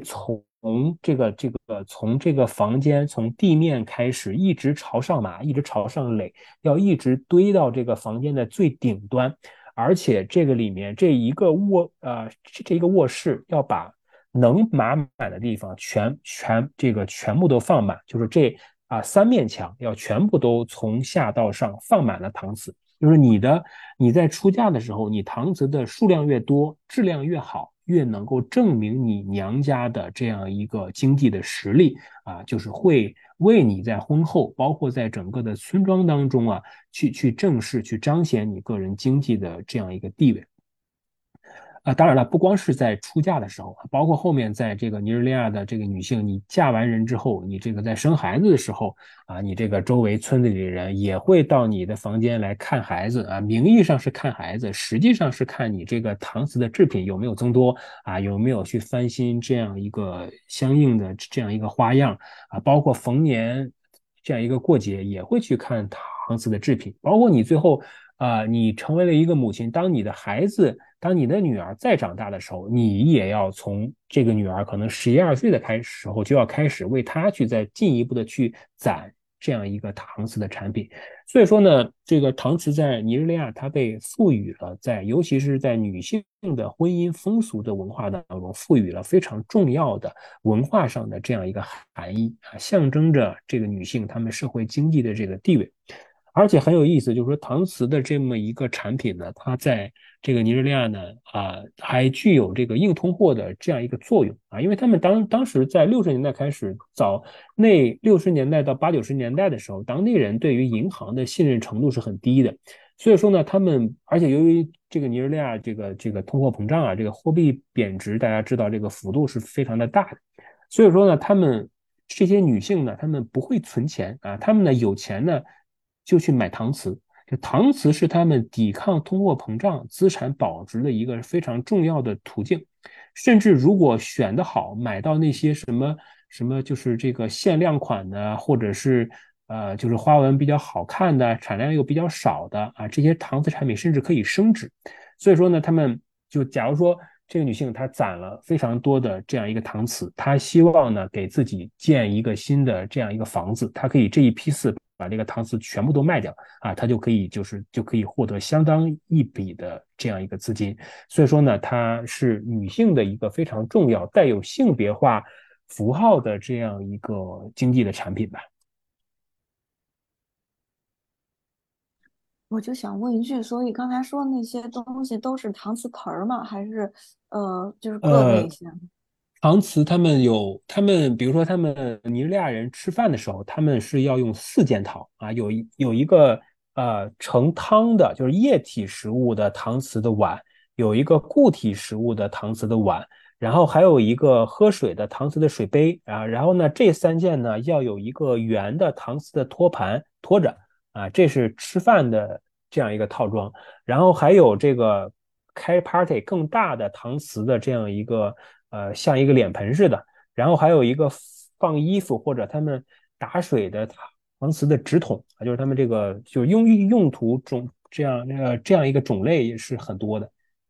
从这个房间从地面开始一直朝上码，一直朝上垒，要一直堆到这个房间的最顶端。而且这个里面这一个卧室要把能码满的地方全部都放满，就是3面墙要全部都从下到上放满了搪瓷。就是你在出嫁的时候，你搪瓷的数量越多，质量越好，越能够证明你娘家的这样一个经济的实力啊，就是会为你在婚后，包括在整个的村庄当中啊，去正式去彰显你个人经济的这样一个地位。当然了，不光是在出嫁的时候，包括后面在这个尼日利亚的这个女性，你嫁完人之后，你这个在生孩子的时候啊，你这个周围村子里的人也会到你的房间来看孩子啊，名义上是看孩子，实际上是看你这个搪瓷的制品有没有增多啊，有没有去翻新这样一个相应的这样一个花样啊，包括逢年这样一个过节也会去看搪瓷的制品，包括你最后你成为了一个母亲，当你的女儿再长大的时候，你也要从这个女儿可能11、12岁的时候就要开始为她去再进一步的去攒这样一个搪瓷的产品。所以说呢，这个搪瓷在尼日利亚它被赋予了尤其是在女性的婚姻风俗的文化当中，赋予了非常重要的文化上的这样一个含义啊，象征着这个女性她们社会经济的这个地位。而且很有意思，就是说搪瓷的这么一个产品呢，它在这个尼日利亚呢还具有这个硬通货的这样一个作用啊，因为他们当时在60年代开始，那60年代到80、90年代的时候，当地人对于银行的信任程度是很低的，所以说呢，而且由于这个尼日利亚这个通货膨胀啊，这个货币贬值，大家知道这个幅度是非常的大的，所以说呢，这些女性呢，她们不会存钱啊，她们呢有钱呢就去买搪瓷。搪瓷是他们抵抗通货膨胀、资产保值的一个非常重要的途径。甚至如果选得好，买到那些什么什么就是这个限量款的，或者是就是花纹比较好看的，产量又比较少的啊，这些搪瓷产品甚至可以升值。所以说呢，他们就假如说这个女性她攒了非常多的这样一个搪瓷，她希望呢给自己建一个新的这样一个房子，她可以这一批次把这个搪瓷全部都卖掉啊，她就可以获得相当一笔的这样一个资金。所以说呢，它是女性的一个非常重要、带有性别化符号的这样一个经济的产品吧。 我就想问一句，所以刚才说那些东西都是搪瓷盆儿吗？还是就是各呃， 类型？ 搪瓷他们比如说他们尼日利亚人吃饭的时候，他们是要用4件套啊，有一个盛汤的，就是液体食物的搪瓷的碗，有一个固体食物的搪瓷的碗，然后还有一个喝水的搪瓷的水杯啊，然后呢这3件呢要有一个圆的搪瓷的托盘托着啊，这是吃饭的这样一个套装。然后还有这个开 party 更大的搪瓷的这样一个像一个脸盆似的，然后还有一个放衣服或者他们打水的搪瓷的纸筒啊，就是他们这个就用途这样一个种类也是很多的。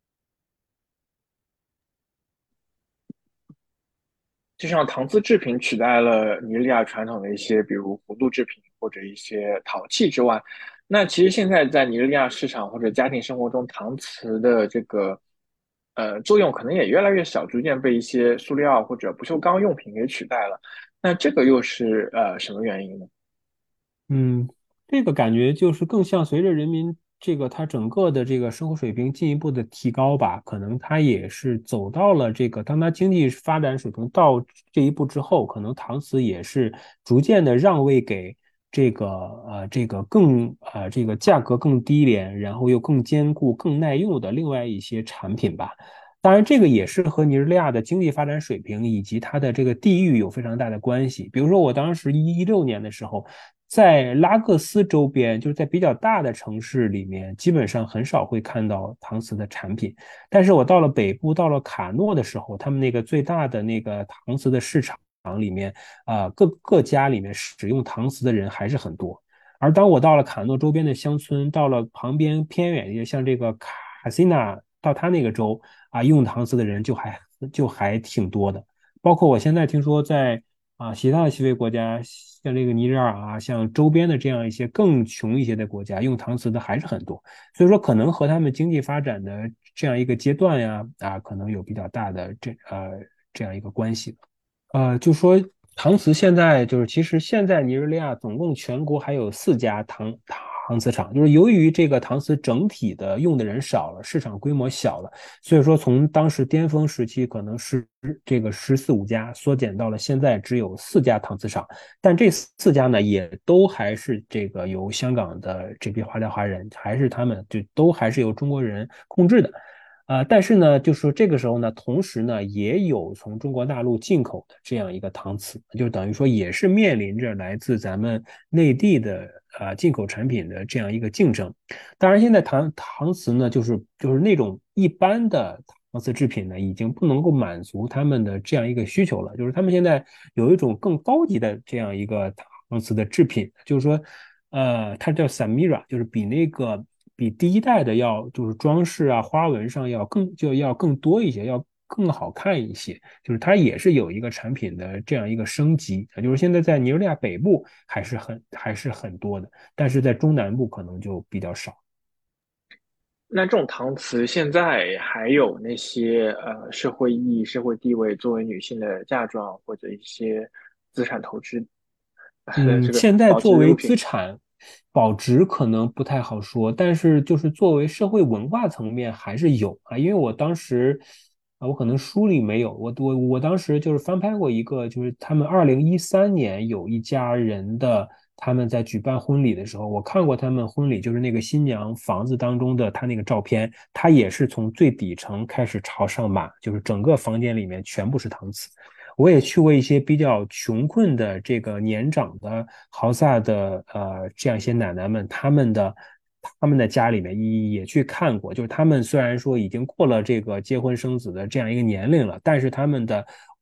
就像搪瓷制品取代了尼日利亚传统的一些，比如葫芦制品或者一些陶器之外，那其实现在在尼日利亚市场或者家庭生活中，搪瓷的这个作用可能也越来越小，逐渐被一些塑料或者不锈钢用品给取代了。那这个又是什么原因呢？ 嗯，这个感觉就是更像随着人民这个他整个的这个生活水平进一步的提高吧，可能他也是走到了这个，当他经济发展水平到这一步之后，可能搪瓷也是逐渐的让位给这个这个价格更低廉，然后又更坚固、更耐用的另外一些产品吧。当然，这个也是和尼日利亚的经济发展水平以及它的这个地域有非常大的关系。比如说，我当时16年的时候，在拉各斯周边，就是在比较大的城市里面，基本上很少会看到搪瓷的产品。但是我到了北部，到了卡诺的时候，他们那个最大的那个搪瓷的市场里面，各家里面使用搪瓷的人还是很多。而当我到了卡诺周边的乡村，到了旁边偏远一些，像这个卡西纳，到他那个州啊，用搪瓷的人就还挺多的。包括我现在听说在其他的西非国家，像这个尼日尔啊，像周边的这样一些更穷一些的国家，用搪瓷的还是很多。所以说，可能和他们经济发展的这样一个阶段呀，可能有比较大的这样一个关系。就说搪瓷现在就是，其实现在尼日利亚总共全国还有4家搪瓷厂，就是由于这个搪瓷整体的用的人少了，市场规模小了，所以说从当时巅峰时期可能是这个14、15家，缩减到了现在只有4家搪瓷厂，但这4家呢也都还是这个由香港的这批华侨华人，还是他们就都还是由中国人控制的。但是呢，就是说这个时候呢，同时呢，也有从中国大陆进口的这样一个搪瓷，就等于说也是面临着来自咱们内地的进口产品的这样一个竞争。当然，现在搪瓷呢，就是那种一般的搪瓷制品呢，已经不能够满足他们的这样一个需求了。就是他们现在有一种更高级的这样一个搪瓷的制品，就是说，它叫 Samira，就是比第一代的要就是装饰花纹上要更多一些，要更好看一些。就是它也是有一个产品的这样一个升级，就是现在在尼日利亚北部还是很多的，但是在中南部可能就比较少。 那这种搪瓷现在还有那些社会意义、社会地位作为女性的嫁妆或者一些资产投资嗯， 这个现在保作为值物品。 资产保值可能不太好说，但是就是作为社会文化层面还是有啊。因为我当时我可能书里没有，我当时就是翻拍过一个，就是他们2013年有一家人的他们在举办婚礼的时候，我看过他们婚礼，就是那个新娘房子当中的他那个照片，他也是从最底层开始朝上码，就是整个房间里面全部是搪瓷。我也去过一些比较穷困的这个年长的豪萨的这样一些奶奶们，他们的家里面也去看过，就是他们虽然说已经过了这个结婚生子的这样一个年龄了，但是他们的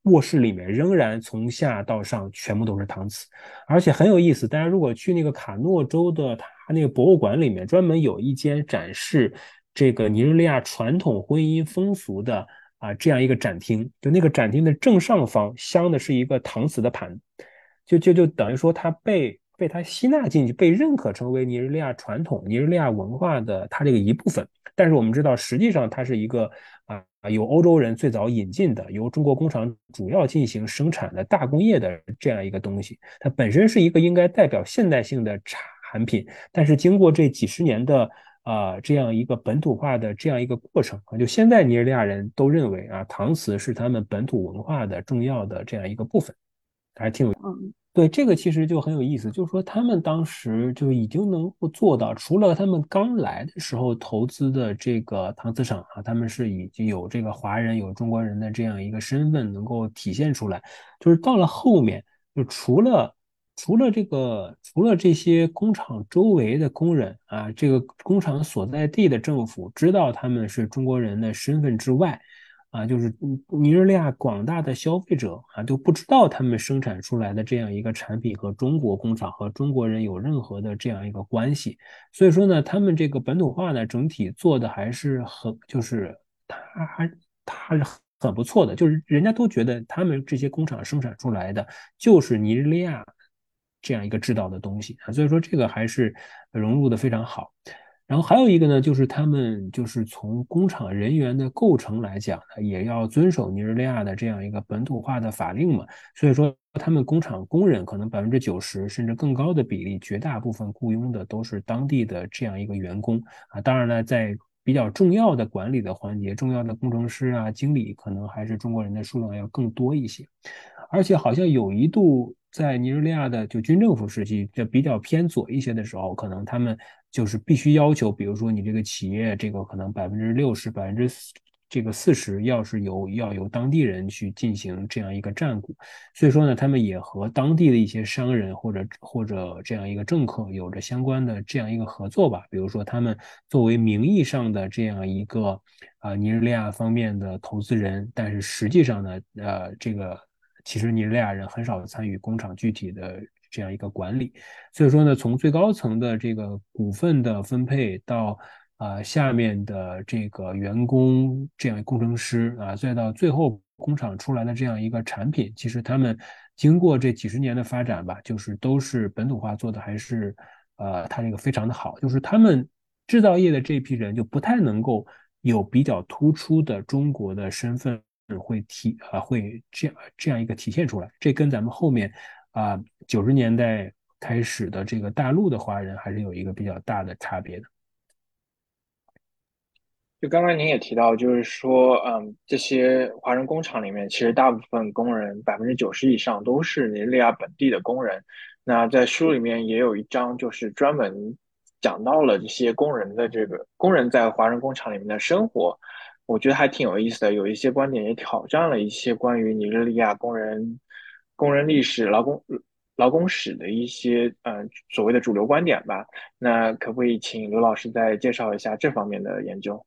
卧室里面仍然从下到上全部都是搪瓷，而且很有意思。大家如果去那个卡诺州的它那个博物馆里面，专门有一间展示这个尼日利亚传统婚姻风俗的这样一个展厅，就那个展厅的正上方镶的是一个搪瓷的盘，就等于说它被它吸纳进去，被认可成为尼日利亚传统、尼日利亚文化的它这个一部分。但是我们知道，实际上它是一个由欧洲人最早引进的，由中国工厂主要进行生产的大工业的这样一个东西。它本身是一个应该代表现代性的产品，但是经过这几十年的这样一个本土化的这样一个过程，就现在尼日利亚人都认为搪瓷是他们本土文化的重要的这样一个部分，还挺有。对，这个其实就很有意思，就是说他们当时就已经能够做到，除了他们刚来的时候投资的这个搪瓷厂他们是已经有这个华人有中国人的这样一个身份能够体现出来，就是到了后面，就除了这些工厂周围的工人这个工厂所在地的政府知道他们是中国人的身份之外。就是尼日利亚广大的消费者都不知道他们生产出来的这样一个产品和中国工厂和中国人有任何的这样一个关系，所以说呢，他们这个本土化呢，整体做的还是很，就是它是很不错的，就是人家都觉得他们这些工厂生产出来的就是尼日利亚这样一个制造的东西所以说这个还是融入的非常好。然后还有一个呢，就是他们就是从工厂人员的构成来讲呢，也要遵守尼日利亚的这样一个本土化的法令嘛。所以说，他们工厂工人可能90%甚至更高的比例，绝大部分雇佣的都是当地的这样一个员工当然了，在比较重要的管理的环节，重要的工程师经理，可能还是中国人的数量要更多一些。而且好像有一度在尼日利亚的就军政府时期，就比较偏左一些的时候，可能他们就是必须要求，比如说你这个企业这个可能60%、40%要由当地人去进行这样一个占股，所以说呢，他们也和当地的一些商人或者这样一个政客有着相关的这样一个合作吧。比如说，他们作为名义上的这样一个尼日利亚方面的投资人，但是实际上呢，这个其实尼日利亚人很少参与工厂具体的这样一个管理。所以说呢，从最高层的这个股份的分配到下面的这个员工这样工程师再到最后工厂出来的这样一个产品，其实他们经过这几十年的发展吧，就是都是本土化做的还是它这个非常的好，就是他们制造业的这批人就不太能够有比较突出的中国的身份会这样一个体现出来，这跟咱们后面90年代开始的这个大陆的华人还是有一个比较大的差别的。 就刚刚您也提到，就是说，这些华人工厂里面，其实大部分工人90%以上都是尼日利亚本地的工人。那在书里面也有一章，就是专门讲到了这些工人的这个工人在华人工厂里面的生活，我觉得还挺有意思的。有一些观点也挑战了一些关于尼日利亚工人历史、劳工史的一些所谓的主流观点吧。那可不可以请刘老师再介绍一下这方面的研究？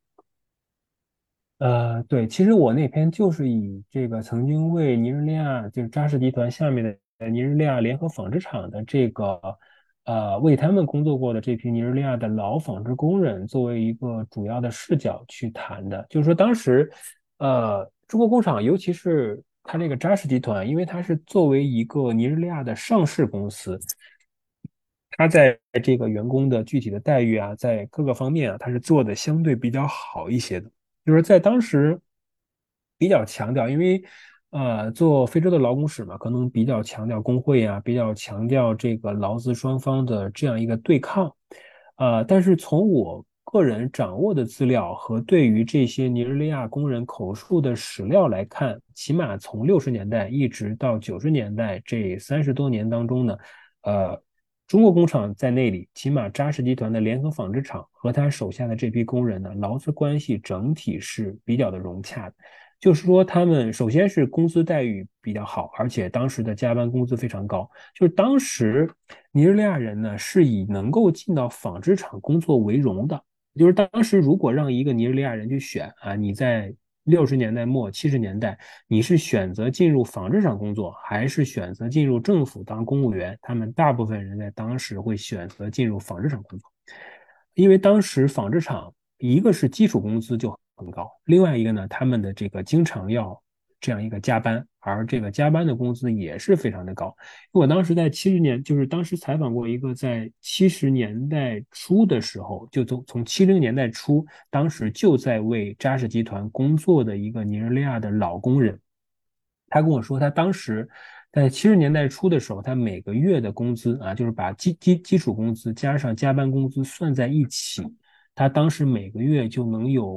对，其实我那篇就是以这个曾经为尼日利亚就是扎实集团下面的尼日利亚联合纺织厂的这个为他们工作过的这批尼日利亚的老纺织工人作为一个主要的视角去谈的，就是说当时中国工厂，尤其是它这个扎实集团，因为它是作为一个尼日利亚的上市公司，它在这个员工的具体的待遇在各个方面它是做的相对比较好一些的。就是在当时比较强调，因为做非洲的劳工史嘛，可能比较强调工会比较强调这个劳资双方的这样一个对抗，但是从我个人掌握的资料和对于这些尼日利亚工人口述的史料来看，起码从60年代一直到90年代这30多年当中呢，中国工厂在那里，起码扎实集团的联合纺织厂和他手下的这批工人呢，劳资关系整体是比较的融洽的。就是说，他们首先是工资待遇比较好，而且当时的加班工资非常高。就是当时尼日利亚人呢是以能够进到纺织厂工作为荣的。就是当时如果让一个尼日利亚人去选你在 60年代末70年代，你是选择进入纺织厂工作，还是选择进入政府当公务员？他们大部分人在当时会选择进入纺织厂工作，因为当时纺织厂一个是基础工资就很高，另外一个呢，他们的这个经常要这样一个加班，而这个加班的工资也是非常的高。我当时在70年，就是当时采访过一个在70年代初的时候，就从70年代初，当时就在为扎实集团工作的一个尼日利亚的老工人，他跟我说，他当时在70年代初的时候，他每个月的工资啊，就是把基础工资加上加班工资算在一起，他当时每个月就能有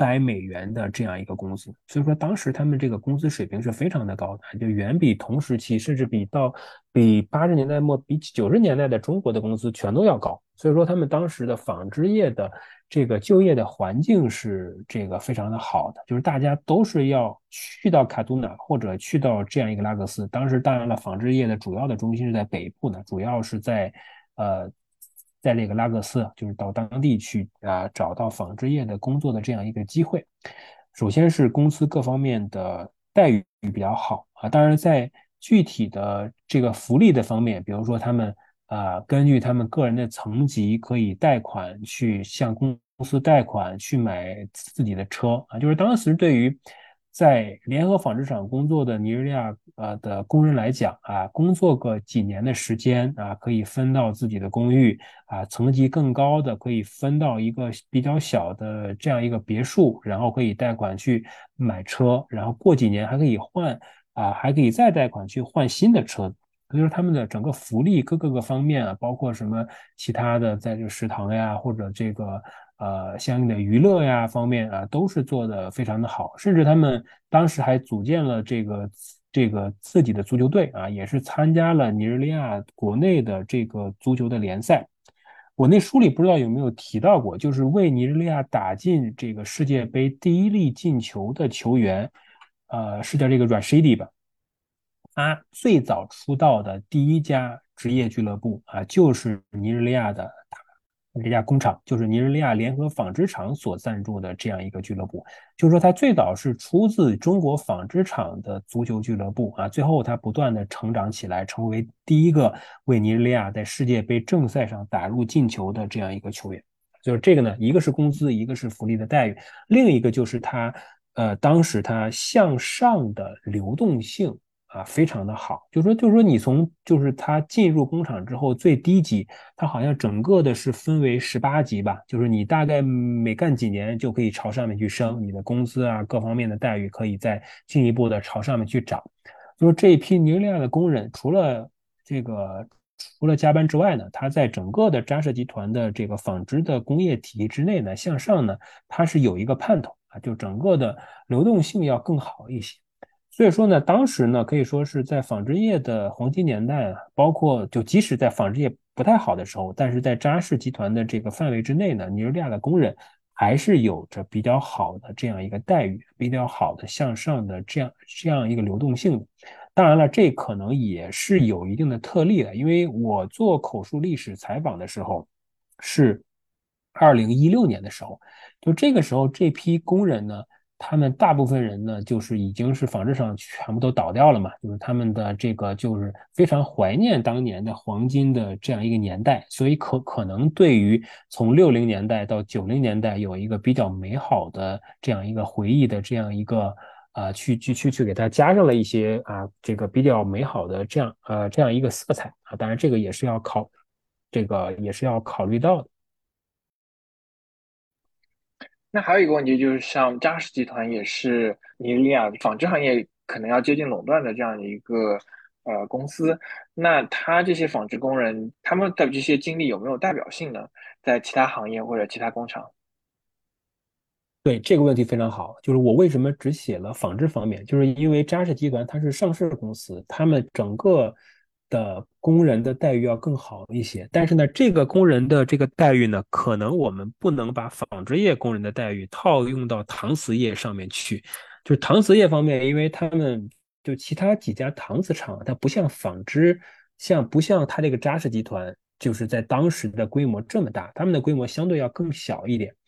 $500的这样一个工资。所以说，当时他们这个工资水平是非常的高的，就远比同时期，甚至比80年代末、比90年代的中国的工资全都要高。所以说，他们当时的纺织业的这个就业的环境是这个非常的好的，就是大家都是要去到卡杜纳或者去到这样一个拉各斯。当时当然了，纺织业的主要的中心是在北部的，主要是呃在这个拉各斯，就是到当地去找到纺织业的工作的这样一个机会。首先是公司各方面的待遇比较好啊，当然在具体的这个福利的方面，比如说他们根据他们个人的层级可以贷款去向公司贷款去买自己的车啊，就是当时对于在联合纺织厂工作的尼日利亚的工人来讲啊，工作个几年的时间啊，可以分到自己的公寓啊，层级更高的可以分到一个比较小的这样一个别墅，然后可以贷款去买车，然后过几年还可以换还可以再贷款去换新的车。就是他们的整个福利各个方面啊，包括什么其他的，在这个食堂呀，或者这个相应的娱乐呀方面啊，都是做的非常的好。甚至他们当时还组建了这个自己的足球队啊，也是参加了尼日利亚国内的这个足球的联赛。我那书里不知道有没有提到过，就是为尼日利亚打进这个世界杯第一粒进球的球员，是叫这个 Rashidi 吧？他最早出道的第一家职业俱乐部啊，就是尼日利亚的这家工厂，就是尼日利亚联合纺织厂所赞助的这样一个俱乐部。就是说，他最早是出自中国纺织厂的足球俱乐部啊，最后他不断的成长起来，成为第一个为尼日利亚在世界杯正赛上打入进球的这样一个球员。就是这个呢，一个是工资，一个是福利的待遇，另一个就是他当时他向上的流动性非常的好。就是说你就是他进入工厂之后最低级，他好像整个的是分为18级吧，就是你大概每干几年就可以朝上面去升，你的工资各方面的待遇可以再进一步的朝上面去涨。就是这一批尼日利亚的工人，除了加班之外呢，他在整个的扎实集团的这个纺织的工业体系之内呢，向上呢，它是有一个盼头就整个的流动性要更好一些。所以说呢，当时呢，可以说是在纺织业的黄金年代包括就即使在纺织业不太好的时候，但是在扎实集团的这个范围之内呢，尼日利亚的工人还是有着比较好的这样一个待遇，比较好的向上的这样一个流动性的。当然了，这可能也是有一定的特例的，因为我做口述历史采访的时候是2016年的时候，就这个时候这批工人呢。他们大部分人呢，就是已经是纺织厂全部都倒掉了嘛，就是他们的这个就是非常怀念当年的黄金的这样一个年代，所以可能对于从60年代到90年代有一个比较美好的这样一个回忆的这样一个去给它加上了一些这个比较美好的这样一个色彩当然这个也是要考虑到的。 那还有一个问题就是，像嘉实集团也是尼日利亚纺织行业可能要接近垄断的这样的一个公司，那他这些纺织工人他们的这些经历有没有代表性呢？在其他行业或者其他工厂？ 对，这个问题非常好，就是我为什么只写了纺织方面，就是因为扎实集团它是上市公司，他们整个的工人的待遇要更好一些。但是呢，这个工人的这个待遇呢，可能我们不能把纺织业工人的待遇套用到搪瓷业上面去。就是搪瓷业方面，因为他们就其他几家搪瓷厂，它不像纺织，不像它这个扎实集团，就是在当时的规模这么大，他们的规模相对要更小一点。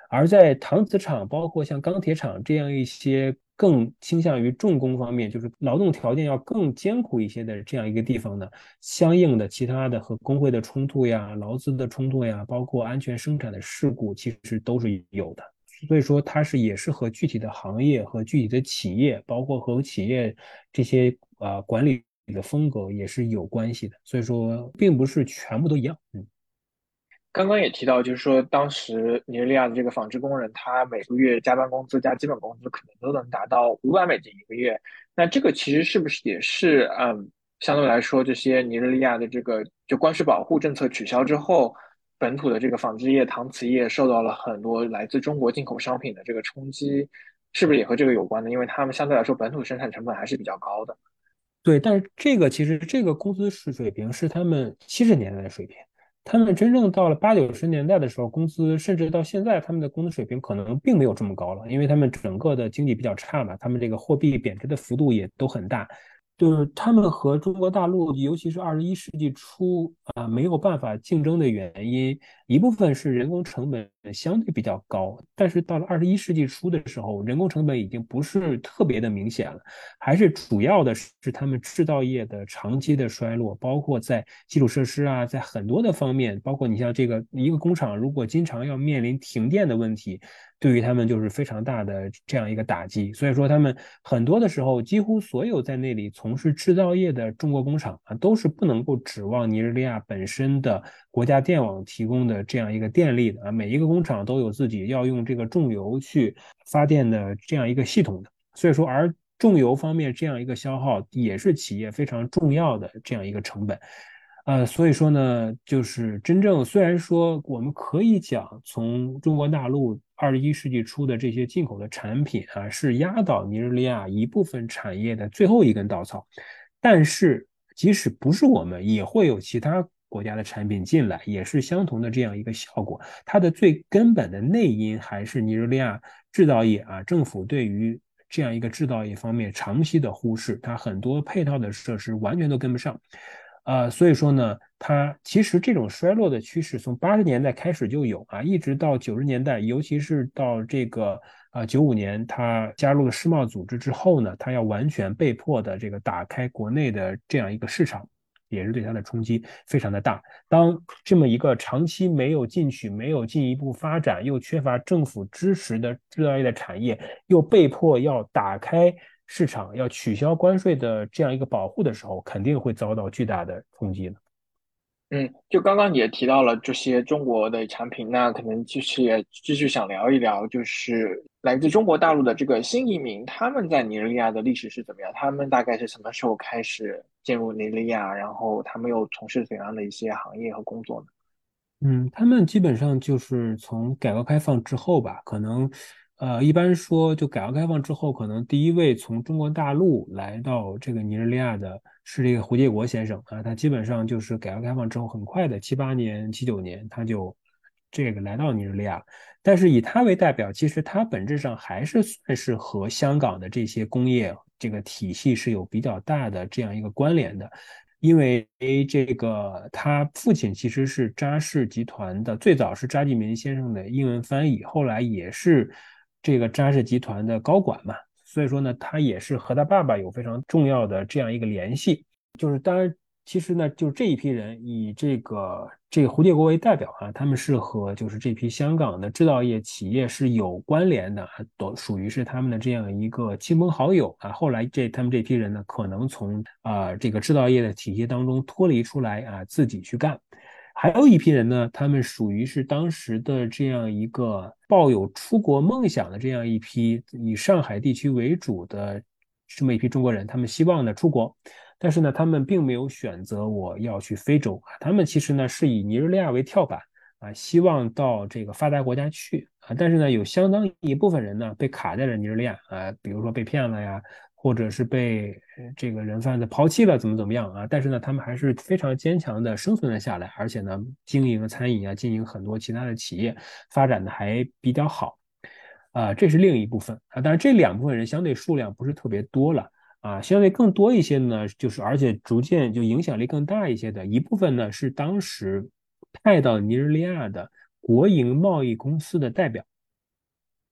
而在搪瓷厂，包括像钢铁厂这样一些更倾向于重工方面，就是劳动条件要更艰苦一些的这样一个地方呢，相应的其他的和工会的冲突呀、劳资的冲突呀，包括安全生产的事故，其实都是有的。所以说，它也是和具体的行业和具体的企业，包括和企业这些管理的风格也是有关系的。所以说，并不是全部都一样。 刚刚也提到，就是说当时尼日利亚的这个纺织工人，他每个月加班工资加基本工资可能都能达到500美金一个月。那这个其实是不是也是相对来说，这些尼日利亚的这个就关税保护政策取消之后，本土的这个纺织业、搪瓷业受到了很多来自中国进口商品的这个冲击，是不是也和这个有关呢？因为他们相对来说本土生产成本还是比较高的。 对，但是其实这个工资水平是他们70年代的水平，他们真正到了80、90年代的时候，工资甚至到现在，他们的工资水平可能并没有这么高了，因为他们整个的经济比较差嘛，他们这个货币贬值的幅度也都很大，就是他们和中国大陆，尤其是21世纪初没有办法竞争的原因，一部分是人工成本相对比较高，但是到了21世纪初的时候，人工成本已经不是特别的明显了，还是主要的是他们制造业的长期的衰落，包括在基础设施啊，在很多的方面，包括你像这个一个工厂如果经常要面临停电的问题，对于他们就是非常大的这样一个打击。所以说，他们很多的时候，几乎所有在那里从事制造业的中国工厂啊，都是不能够指望尼日利亚本身的国家电网提供的这样一个电力的啊。每一个工厂都有自己要用这个重油去发电的这样一个系统的。所以说，而重油方面这样一个消耗，也是企业非常重要的这样一个成本。所以说呢，就是真正虽然说我们可以讲，从中国大陆21世纪初的这些进口的产品啊，是压倒尼日利亚一部分产业的最后一根稻草，但是即使不是我们，也会有其他国家的产品进来，也是相同的这样一个效果。它的最根本的内因还是尼日利亚制造业啊，政府对于这样一个制造业方面长期的忽视，它很多配套的设施完全都跟不上。所以说呢，它其实这种衰落的趋势从80年代开始就有啊，一直到90年代，尤其是到这个95年，它加入了世贸组织之后呢，它要完全被迫的这个打开国内的这样一个市场，也是对它的冲击非常的大。当这么一个长期没有进取、没有进一步发展，又缺乏政府支持的制造业的产业，又被迫要打开市场，要取消关税的这样一个保护的时候，肯定会遭到巨大的冲击的。 就刚刚你也提到了这些中国的产品，那可能就是也继续想聊一聊，就是来自中国大陆的这个新移民，他们在尼日利亚的历史是怎么样？他们大概是什么时候开始进入尼日利亚？然后他们又从事怎样的一些行业和工作呢？ 他们基本上就是从改革开放之后吧，可能，一般说就改革开放之后，可能第一位从中国大陆来到这个尼日利亚的是这个胡建国先生啊，他基本上就是改革开放之后很快的78年、79年他就这个来到尼日利亚，但是以他为代表，其实他本质上还是算是和香港的这些工业这个体系是有比较大的这样一个关联的。因为这个他父亲其实是扎氏集团的，最早是扎继民先生的英文翻译，后来也是这个扎氏集团的高管嘛，所以说呢，他也是和他爸爸有非常重要的这样一个联系。就是当然，其实呢，就这一批人以这个胡建国为代表啊，他们是和就是这批香港的制造业企业是有关联的，都属于是他们的这样一个亲朋好友啊。后来他们这批人呢，可能从这个制造业的体系当中脱离出来啊，自己去干。还有一批人呢，他们属于是当时的这样一个抱有出国梦想的这样一批以上海地区为主的这么一批中国人，他们希望呢出国。但是呢，他们并没有选择我要去非洲啊，他们其实呢是以尼日利亚为跳板啊，希望到这个发达国家去啊。但是呢，有相当一部分人呢被卡在了尼日利亚啊，比如说被骗了呀，或者是被这个人贩子抛弃了，怎么样啊？但是呢，他们还是非常坚强的生存了下来，而且呢，经营餐饮啊，经营很多其他的企业，发展的还比较好。这是另一部分啊，当然这两部分人相对数量不是特别多了。相对更多一些呢，就是而且逐渐就影响力更大一些的一部分呢，是当时派到尼日利亚的国营贸易公司的代表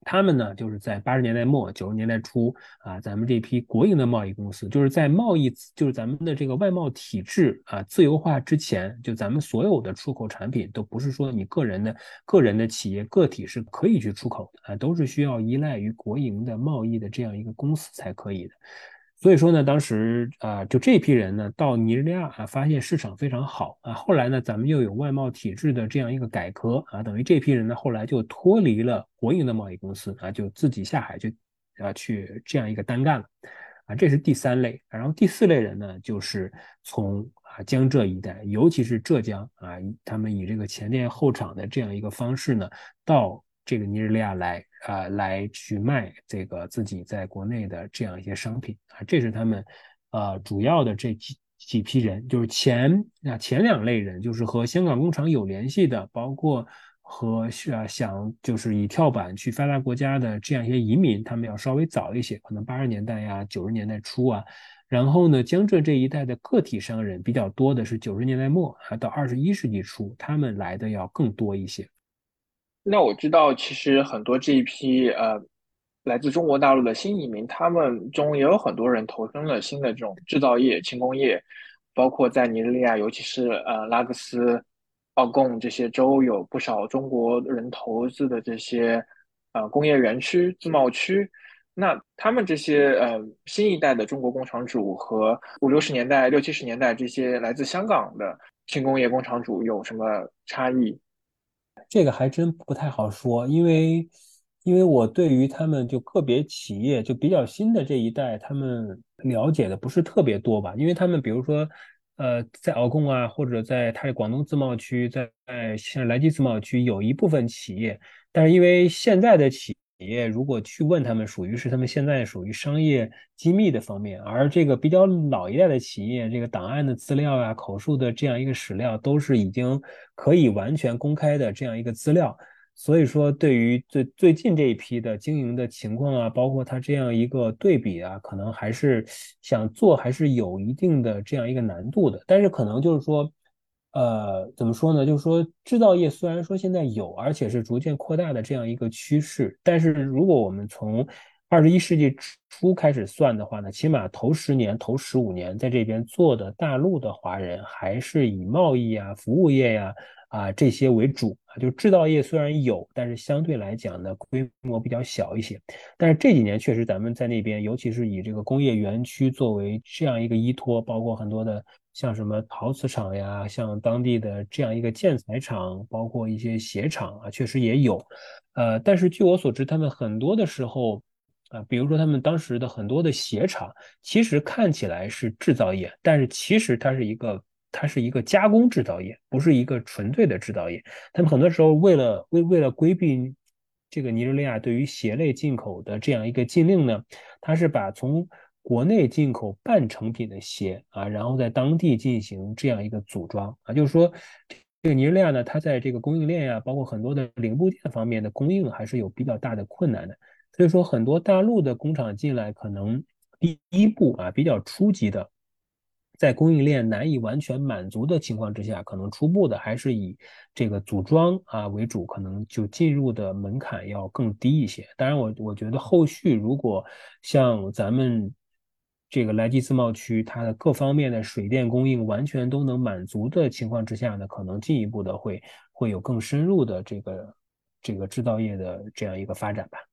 他们呢，就是在80年代末、90年代初啊，咱们这批国营的贸易公司，就是在贸易，就是咱们的这个外贸体制啊自由化之前，就咱们所有的出口产品都不是说你个人的企业个体是可以去出口的啊，都是需要依赖于国营的贸易的这样一个公司才可以的。所以说呢，当时就这批人呢到尼日利亚啊，发现市场非常好啊。后来呢，咱们又有外贸体制的这样一个改革啊，等于这批人呢后来就脱离了国营的贸易公司啊，就自己下海去这样一个单干了啊。这是第三类，然后第四类人呢，就是从江浙一带，尤其是浙江啊，他们以这个前店后厂的这样一个方式呢，到这个尼日利亚来去卖这个自己在国内的这样一些商品啊，这是他们主要的这几批人，就是前两类人，就是和香港工厂有联系的，包括和想就是以跳板去发达国家的这样一些移民，他们要稍微早一些，可能80年代呀、90年代初啊。然后呢，江浙这一带的个体商人比较多的是90年代末到21世纪初，他们来的要更多一些。 那我知道，其实很多这一批来自中国大陆的新移民，他们中也有很多人投身了新的这种制造业、轻工业，包括在尼日利亚，尤其是拉各斯、奥贡这些州，有不少中国人投资的这些工业园区、自贸区。那他们这些新一代的中国工厂主和50、60年代、60、70年代这些来自香港的轻工业工厂主有什么差异？ 这个还真不太好说，因为我对于他们就个别企业就比较新的这一代，他们了解的不是特别多吧，因为他们比如说，在鳌贡啊，或者在它的广东自贸区，在像莱基自贸区有一部分企业，但是因为现在的企业如果去问他们，是他们现在属于商业机密的方面，而这个比较老一代的企业，这个档案的资料啊、口述的这样一个史料，都是已经可以完全公开的这样一个资料。所以说，对于最近这一批的经营的情况啊，包括它这样一个对比啊，可能还是想做，还是有一定的这样一个难度的。但是可能就是说，怎么说呢？就是说，制造业虽然说现在有，而且是逐渐扩大的这样一个趋势，但是如果我们从21世纪初开始算的话呢，起码头10年、头15年在这边做的大陆的华人，还是以贸易啊、服务业呀、这些为主啊。就制造业虽然有，但是相对来讲呢，规模比较小一些。但是这几年确实咱们在那边，尤其是以这个工业园区作为这样一个依托，包括很多的像什么陶瓷厂呀，像当地的这样一个建材厂，包括一些鞋厂啊，确实也有。但是据我所知，他们很多的时候比如说他们当时的很多的鞋厂，其实看起来是制造业，但是其实它是一个加工制造业，不是一个纯粹的制造业。他们很多时候为了规避这个尼日利亚对于鞋类进口的这样一个禁令呢，它是把从国内进口半成品的鞋然后在当地进行这样一个组装就是说。这个尼日利亚呢，它在这个供应链呀，包括很多的零部件方面的供应，还是有比较大的困难的。所以说，很多大陆的工厂进来，可能第一步比较初级的，在供应链难以完全满足的情况之下，可能初步的还是以这个组装为主，可能就进入的门槛要更低一些。当然我觉得后续如果像咱们这个莱基自贸区，它的各方面的水电供应完全都能满足的情况之下呢，可能进一步的会有更深入的这个制造业的这样一个发展吧。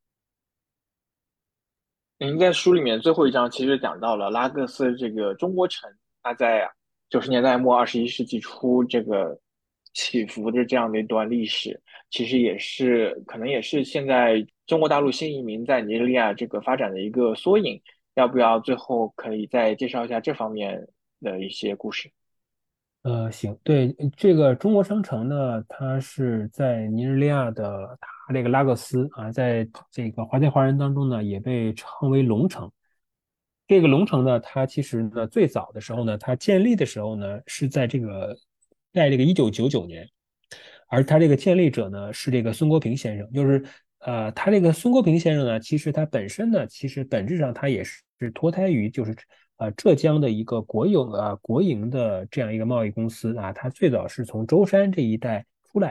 您在书里面最后一章其实讲到了拉各斯这个中国城，它在90年代末、21世纪初这个起伏的这样的一段历史，其实也是可能也是现在中国大陆新移民在尼日利亚这个发展的一个缩影。要不要最后可以再介绍一下这方面的一些故事？ 行，对，这个中国商城呢，它是在尼日利亚的它这个拉各斯在这个华侨华人当中呢，也被称为龙城。这个龙城呢，它其实呢，最早的时候呢，它建立的时候呢，是在这个1999年，而它这个建立者呢是这个孙国平先生，就是他这个孙国平先生呢，其实他本身呢，其实本质上他也是脱胎于就是浙江的一个国营的这样一个贸易公司他最早是从舟山这一带出来的。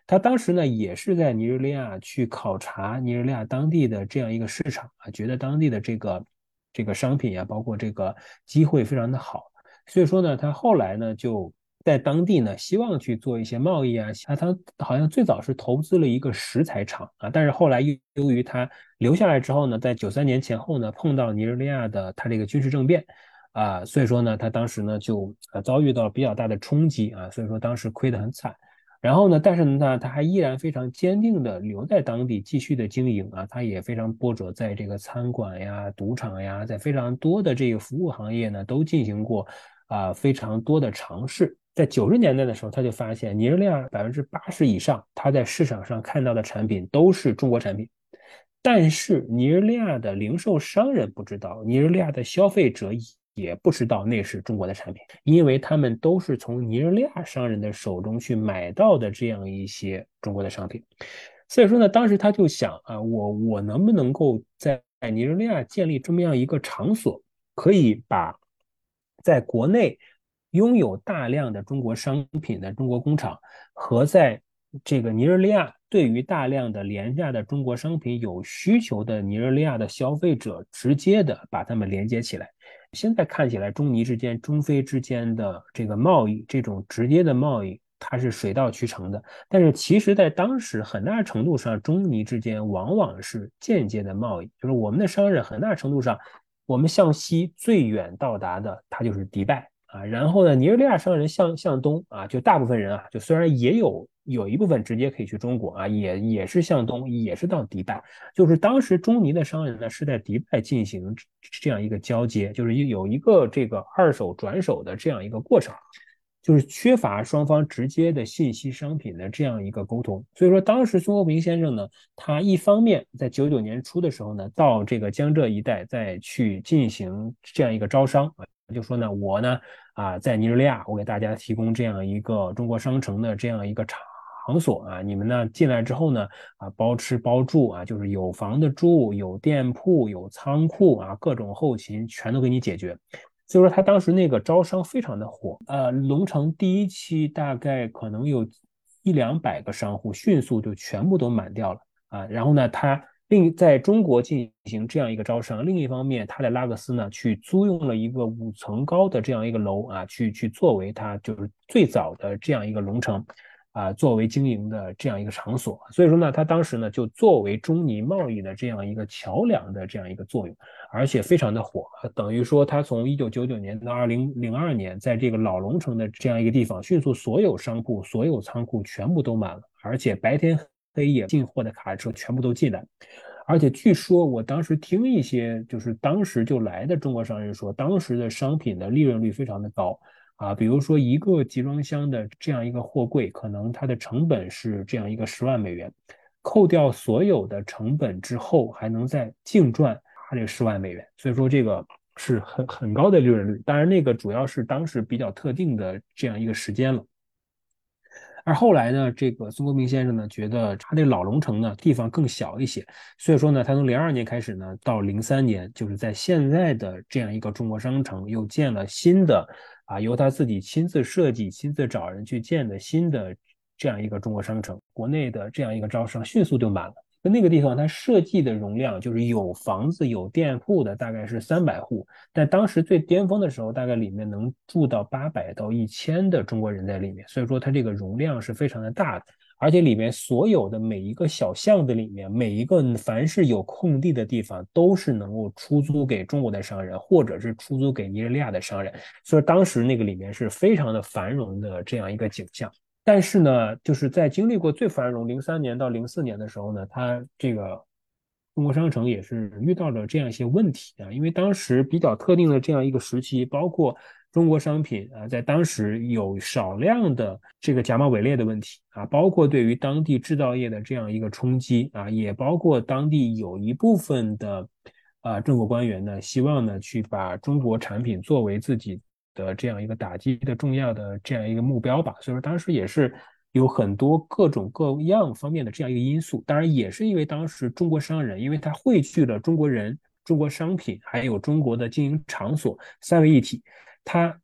他当时呢也是在尼日利亚去考察尼日利亚当地的这样一个市场啊，觉得当地的这个商品呀，包括这个机会非常的好，所以说呢，他后来呢就在当地呢希望去做一些贸易啊，他好像最早是投资了一个石材厂啊，但是后来由于他留下来之后呢，在93年前后呢碰到尼日利亚的他这个军事政变。啊，所以说呢，他当时呢就遭遇到比较大的冲击啊，所以说当时亏得很惨。然后呢，但是呢，他还依然非常坚定的留在当地继续的经营啊，他也非常波折，在这个餐馆呀、赌场呀，在非常多的这个服务行业呢，都进行过非常多的尝试。在90年代的时候，他就发现尼日利亚80%以上，他在市场上看到的产品都是中国产品。但是尼日利亚的零售商人不知道，尼日利亚的消费者也不知道那是中国的产品，因为他们都是从尼日利亚商人的手中去买到的这样一些中国的商品。所以说呢，当时他就想啊，我能不能够在尼日利亚建立这么样一个场所，可以把在国内拥有大量的中国商品的中国工厂和在这个尼日利亚对于大量的廉价的中国商品有需求的尼日利亚的消费者，直接的把它们连接起来。现在看起来，中尼之间、中非之间的这个贸易，这种直接的贸易，它是水到渠成的。但是其实，在当时很大程度上，中尼之间往往是间接的贸易，就是我们的商人很大程度上，我们向西最远到达的，它就是迪拜。啊，然后呢，尼日利亚商人向东啊，就大部分人啊，就虽然也有一部分直接可以去中国啊，也是向东，也是到迪拜。就是当时中尼的商人呢是在迪拜进行这样一个交接，就是有一个这个二手转手的这样一个过程，就是缺乏双方直接的信息商品的这样一个沟通。所以说，当时孙国平先生呢，他一方面在99年初的时候呢，到这个江浙一带再去进行这样一个招商。就说呢，我呢在尼日利亚，我给大家提供这样一个中国商城的这样一个场所啊，你们呢进来之后呢包吃包住啊，就是有房子住，有店铺，有仓库啊，各种后勤全都给你解决。所以说他当时那个招商非常的火，龙城第一期大概可能有100-200个商户，迅速就全部都满掉了啊。然后呢，他在中国进行这样一个招商，另一方面，他在拉各斯呢去租用了一个5层高的这样一个楼啊，去作为他就是最早的这样一个龙城啊，作为经营的这样一个场所。所以说呢，他当时呢就作为中尼贸易的这样一个桥梁的这样一个作用，而且非常的火，等于说他从1999年到2002年，在这个老龙城的这样一个地方，迅速所有商铺、所有仓库全部都满了，而且白天黑夜进货的卡车全部都进来。而且据说我当时听一些就是当时就来的中国商人说，当时的商品的利润率非常的高啊，比如说一个集装箱的这样一个货柜，可能它的成本是这样一个10万美元，扣掉所有的成本之后，还能再净赚这个10万美元，所以说这个是很高的利润率。当然，那个主要是当时比较特定的这样一个时间了。而后来呢，这个孙国平先生呢，觉得他这老龙城呢地方更小一些，所以说呢，他从02年开始呢，到03年，就是在现在的这样一个中国商城又建了新的由他自己亲自设计、亲自找人去建的新的这样一个中国商城，国内的这样一个招商迅速就满了。那个地方它设计的容量就是有房子有店铺的大概是300户，但当时最巅峰的时候，大概里面能住到800到1000的中国人在里面，所以说它这个容量是非常的大的，而且里面所有的每一个小巷子里面，每一个凡是有空地的地方，都是能够出租给中国的商人，或者是出租给尼日利亚的商人，所以当时那个里面是非常的繁荣的这样一个景象。但是呢，就是在经历过最繁荣03年到04年的时候呢，它这个中国商城也是遇到了这样一些问题啊，因为当时比较特定的这样一个时期，包括中国商品在当时有少量的这个假冒伪劣的问题啊，包括对于当地制造业的这样一个冲击啊，也包括当地有一部分的政府官员呢，希望呢去把中国产品作为自己的这样一个打击的重要的这样一个目标吧，所以说当时也是有很多各种各样方面的这样一个因素，当然也是因为当时中国商人，因为他汇聚了中国人、中国商品还有中国的经营场所3位一体，他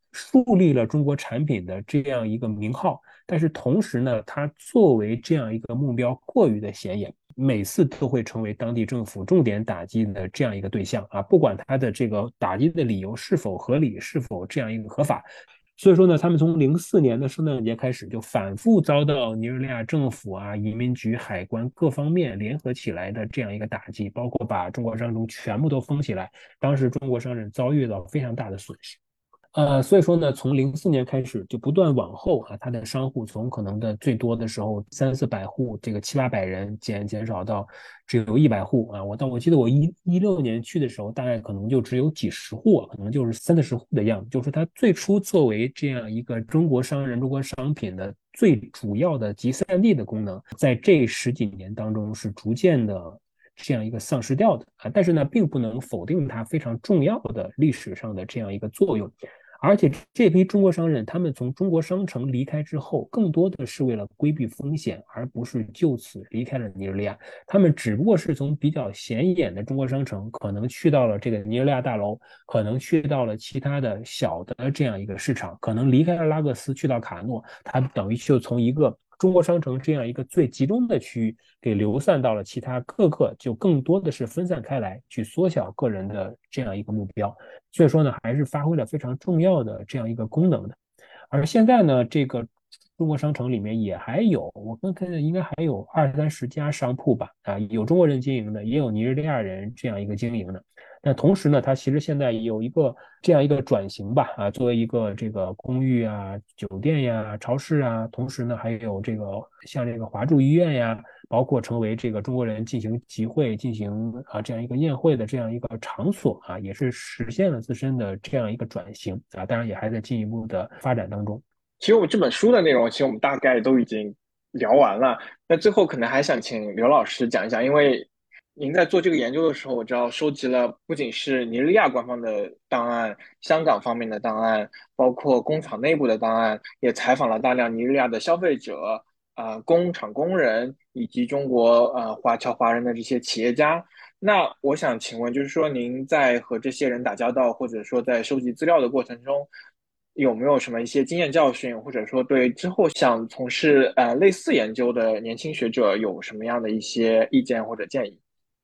树立了中国产品的这样一个名号，但是同时呢，它作为这样一个目标过于的显眼，每次都会成为当地政府重点打击的这样一个对象啊，不管它的这个打击的理由是否合理，是否这样一个合法。所以说呢，他们从04年的圣诞节开始，就反复遭到尼日利亚政府啊、移民局、海关各方面联合起来的这样一个打击，包括把中国商城全部都封起来。当时中国商人遭遇到非常大的损失。所以说呢，从04年开始就不断往后啊，它的商户从可能的最多的时候300-400户，这个700-800人减少到只有100户啊。我记得我16年去的时候，大概可能就只有几十户，可能就是30-40户的样子。就是它最初作为这样一个中国商人、中国商品的最主要的集散地的功能，在这十几年当中是逐渐的这样一个丧失掉的啊。但是呢，并不能否定它非常重要的历史上的这样一个作用。而且这批中国商人，他们从中国商城离开之后，更多的是为了规避风险，而不是就此离开了尼日利亚。他们只不过是从比较显眼的中国商城，可能去到了这个尼日利亚大楼，可能去到了其他的小的这样一个市场，可能离开了拉各斯，去到卡诺，他等于就从一个中国商城这样一个最集中的区域，给流散到了其他各个，就更多的是分散开来，去缩小个人的这样一个目标。所以说呢，还是发挥了非常重要的这样一个功能的。而现在呢，这个中国商城里面也还有，我们看应该还有20-30家商铺吧，啊，有中国人经营的，也有尼日利亚人这样一个经营的。那同时呢，它其实现在有一个这样一个转型吧，啊，作为一个这个公寓啊、酒店呀、超市啊，同时呢还有这个像这个华住医院呀，包括成为这个中国人进行集会、进行这样一个宴会的这样一个场所啊，也是实现了自身的这样一个转型啊，当然也还在进一步的发展当中。 其实我们这本书的内容，其实我们大概都已经聊完了。那最后可能还想请刘老师讲一讲，因为您在做这个研究的时候，我知道收集了不仅是尼日利亚官方的档案、香港方面的档案，包括工厂内部的档案，也采访了大量尼日利亚的消费者、工厂工人以及中国华人的这些企业家。那我想请问，就是说您在和这些人打交道，或者说在收集资料的过程中，有没有什么一些经验教训，或者说对之后想从事类似研究的年轻学者有什么样的一些意见或者建议？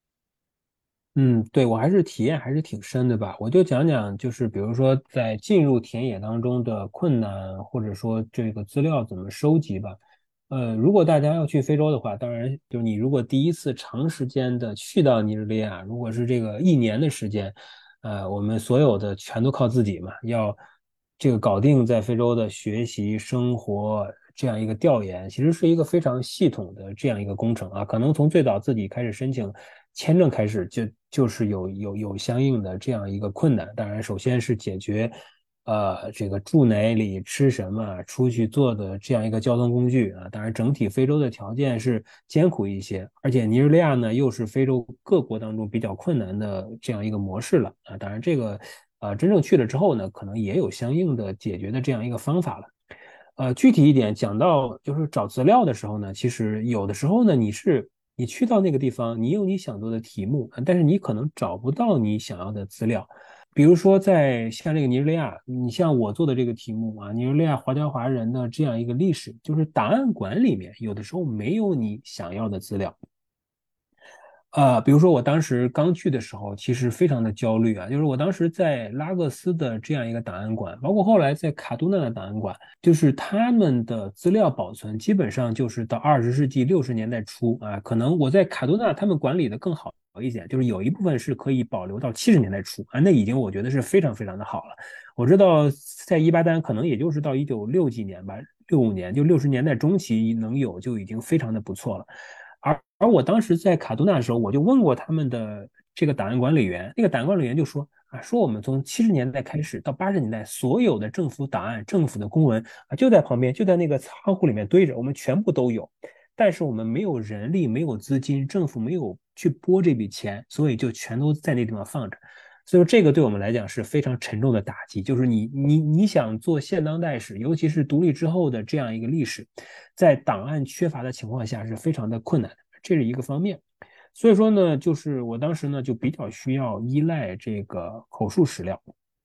对，我还是体验还是挺深的吧。我就讲讲，就是比如说在进入田野当中的困难，或者说这个资料怎么收集吧。如果大家要去非洲的话，当然就是你如果第一次长时间的去到尼日利亚，如果是这个1年的时间，我们所有的全都靠自己嘛，要这个搞定在非洲的学习、生活这样一个调研，其实是一个非常系统的这样一个工程啊。可能从最早自己开始申请签证开始，就是有相应的这样一个困难。当然，首先是解决这个住哪里、吃什么、出去坐的这样一个交通工具啊。当然，整体非洲的条件是艰苦一些，而且尼日利亚呢又是非洲各国当中比较困难的这样一个模式了啊。当然，这个真正去了之后呢，可能也有相应的解决的这样一个方法了。具体一点讲到就是找资料的时候呢，其实有的时候呢，你去到那个地方，你有你想做的题目，但是你可能找不到你想要的资料。比如说在像这个尼日利亚，你像我做的这个题目啊，尼日利亚华侨华人的这样一个历史，就是档案馆里面有的时候没有你想要的资料。比如说我当时刚去的时候，其实非常的焦虑啊，就是我当时在拉各斯的这样一个档案馆，包括后来在卡杜纳的档案馆，就是他们的资料保存基本上就是到20世纪60年代初啊，可能我在卡杜纳他们管理的更好一点，就是有一部分是可以保留到70年代初啊，那已经我觉得是非常非常的好了。我知道在伊巴丹可能也就是到1960几年吧，65年就60年代中期能有就已经非常的不错了。而我当时在卡杜纳的时候，我就问过他们的这个档案管理员，那个档案管理员就说啊，说我们从70年代开始到80年代，所有的政府档案、政府的公文啊，就在旁边，就在那个仓库里面堆着，我们全部都有，但是我们没有人力，没有资金，政府没有去拨这笔钱，所以就全都在那地方放着。所以说，这个对我们来讲是非常沉重的打击，就是你想做现当代史，尤其是独立之后的这样一个历史，在档案缺乏的情况下是非常的困难的。这是一个方面。所以说呢，就是我当时呢就比较需要依赖这个口述史料。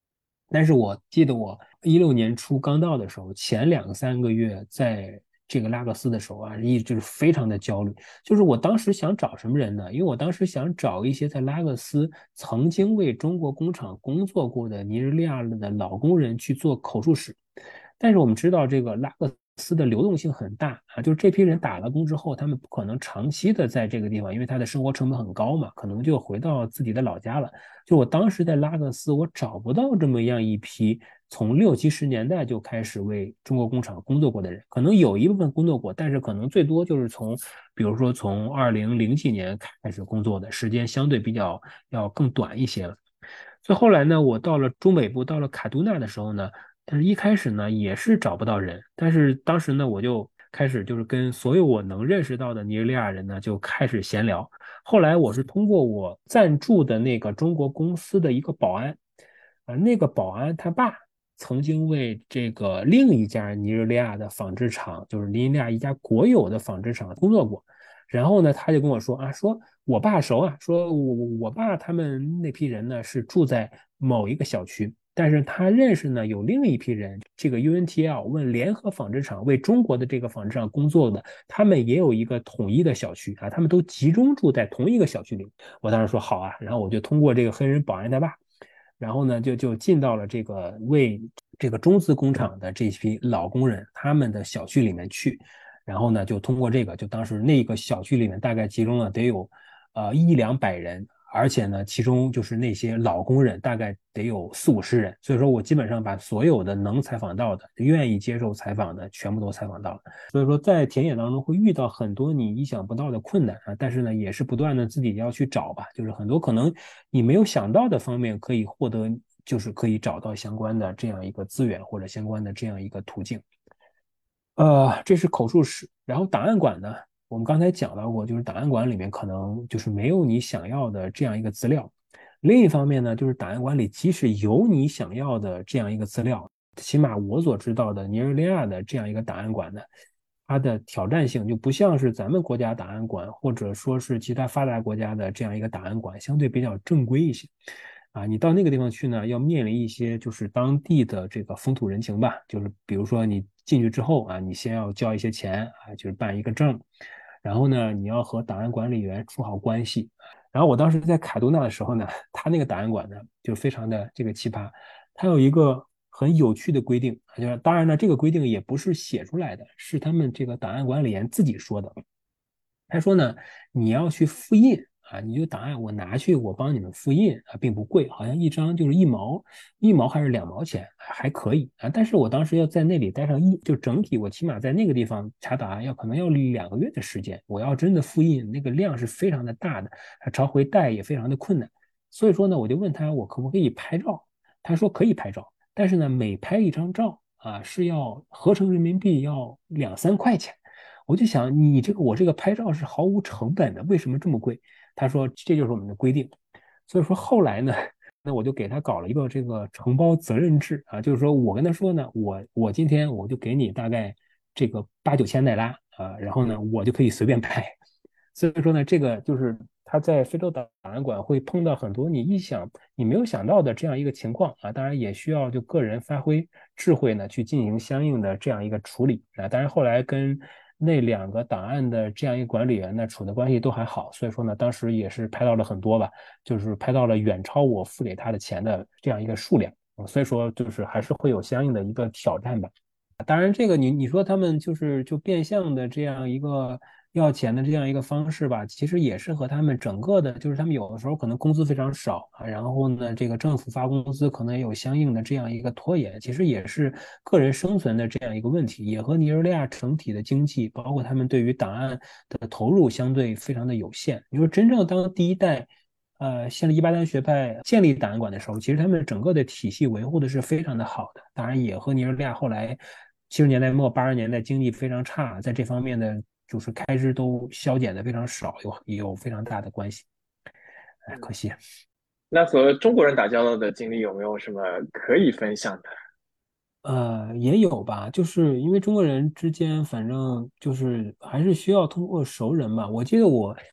但是我记得我16年初刚到的时候，前2、3个月在这个拉各斯的时候啊，一直非常的焦虑。就是我当时想找什么人呢？因为我当时想找一些在拉各斯曾经为中国工厂工作过的尼日利亚的老工人去做口述史。但是我们知道这个拉各斯的流动性很大啊，就是这批人打了工之后，他们不可能长期的在这个地方，因为他的生活成本很高嘛，可能就回到自己的老家了。就我当时在拉各斯，我找不到这么样一批从60、70年代就开始为中国工厂工作过的人，可能有一部分工作过，但是可能最多就是比如说从2000几年开始工作的时间相对要更短一些了。所以后来呢，我到了中北部，到了卡杜纳的时候呢，但是一开始呢也是找不到人，但是当时呢我就开始就是跟所有我能认识到的尼日利亚人呢就开始闲聊。后来我是通过我赞助的那个中国公司的一个保安，那个保安他爸曾经为这个另一家尼日利亚的纺织厂，就是尼日利亚一家国有的纺织厂工作过。然后呢，他就跟我说啊，说我爸熟啊，说我爸他们那批人呢是住在某一个小区，但是他认识呢有另一批人，这个 UNTL 问联合纺织厂为中国的这个纺织厂工作的，他们也有一个统一的小区啊，他们都集中住在同一个小区里。我当时说好啊，然后我就通过这个黑人保安他爸，然后呢就进到了这个为这个中资工厂的这批老工人他们的小区里面去。然后呢，就通过这个，就当时那个小区里面大概集中了得有100-200人，而且呢，其中就是那些老工人大概得有40-50人，所以说我基本上把所有的能采访到的、愿意接受采访的全部都采访到了。所以说在田野当中会遇到很多你意想不到的困难啊，但是呢，也是不断的自己要去找吧，就是很多可能你没有想到的方面可以获得，就是可以找到相关的这样一个资源或者相关的这样一个途径。这是口述史。然后档案馆呢，我们刚才讲到过，就是档案馆里面可能就是没有你想要的这样一个资料。另一方面呢，就是档案馆里即使有你想要的这样一个资料，起码我所知道的尼日利亚的这样一个档案馆呢，它的挑战性就不像是咱们国家档案馆或者说是其他发达国家的这样一个档案馆，相对比较正规一些。你到那个地方去呢，要面临一些就是当地的这个风土人情吧，就是比如说你进去之后啊，你先要交一些钱啊，就是办一个证，然后呢，你要和档案管理员处好关系。然后我当时在卡杜纳的时候呢，他那个档案馆呢就非常的这个奇葩，他有一个很有趣的规定，就是当然呢，这个规定也不是写出来的，是他们这个档案管理员自己说的。他说呢，你要去复印啊，你就档案我拿去，我帮你们复印啊，并不贵，好像一张就是一毛还是2毛钱，还可以啊。但是我当时要在那里待上就整体我起码在那个地方查档案可能要2个月的时间，我要真的复印那个量是非常的大的，召回带也非常的困难。所以说呢，我就问他我可不可以拍照，他说可以拍照，但是呢，每拍一张照啊是要合成人民币要2-3块钱。我就想，我这个拍照是毫无成本的，为什么这么贵？他说这就是我们的规定。所以说后来呢，那我就给他搞了一个这个承包责任制啊，就是说我跟他说呢，我今天我就给你大概这个8-9千奈拉啊，然后呢我就可以随便拍。所以说呢，这个就是他在非洲档案馆会碰到很多你没有想到的这样一个情况啊，当然也需要就个人发挥智慧呢去进行相应的这样一个处理啊。当然后来跟那2个档案的这样一个管理员呢处的关系都还好，所以说呢，当时也是拍到了很多吧，就是拍到了远超我付给他的钱的这样一个数量，所以说就是还是会有相应的一个挑战吧。当然，这个你说他们就变相的这样一个要钱的这样一个方式吧，其实也是和他们整个的，就是他们有的时候可能工资非常少啊，然后呢，这个政府发工资可能也有相应的这样一个拖延，其实也是个人生存的这样一个问题，也和尼日利亚整体的经济，包括他们对于档案的投入相对非常的有限。你说真正当第一代。像伊巴丹学派建立档案馆的时候，其实他们整个的体系维护的是非常的好的，当然也和尼日利亚后来70年代末80年代经济非常差，在这方面的就是开支都削减的非常少，也有非常大的关系。可惜。 那和中国人打交道的经历有没有什么可以分享的？ 也有吧，就是因为中国人之间，反正就是还是需要通过熟人吧。我记得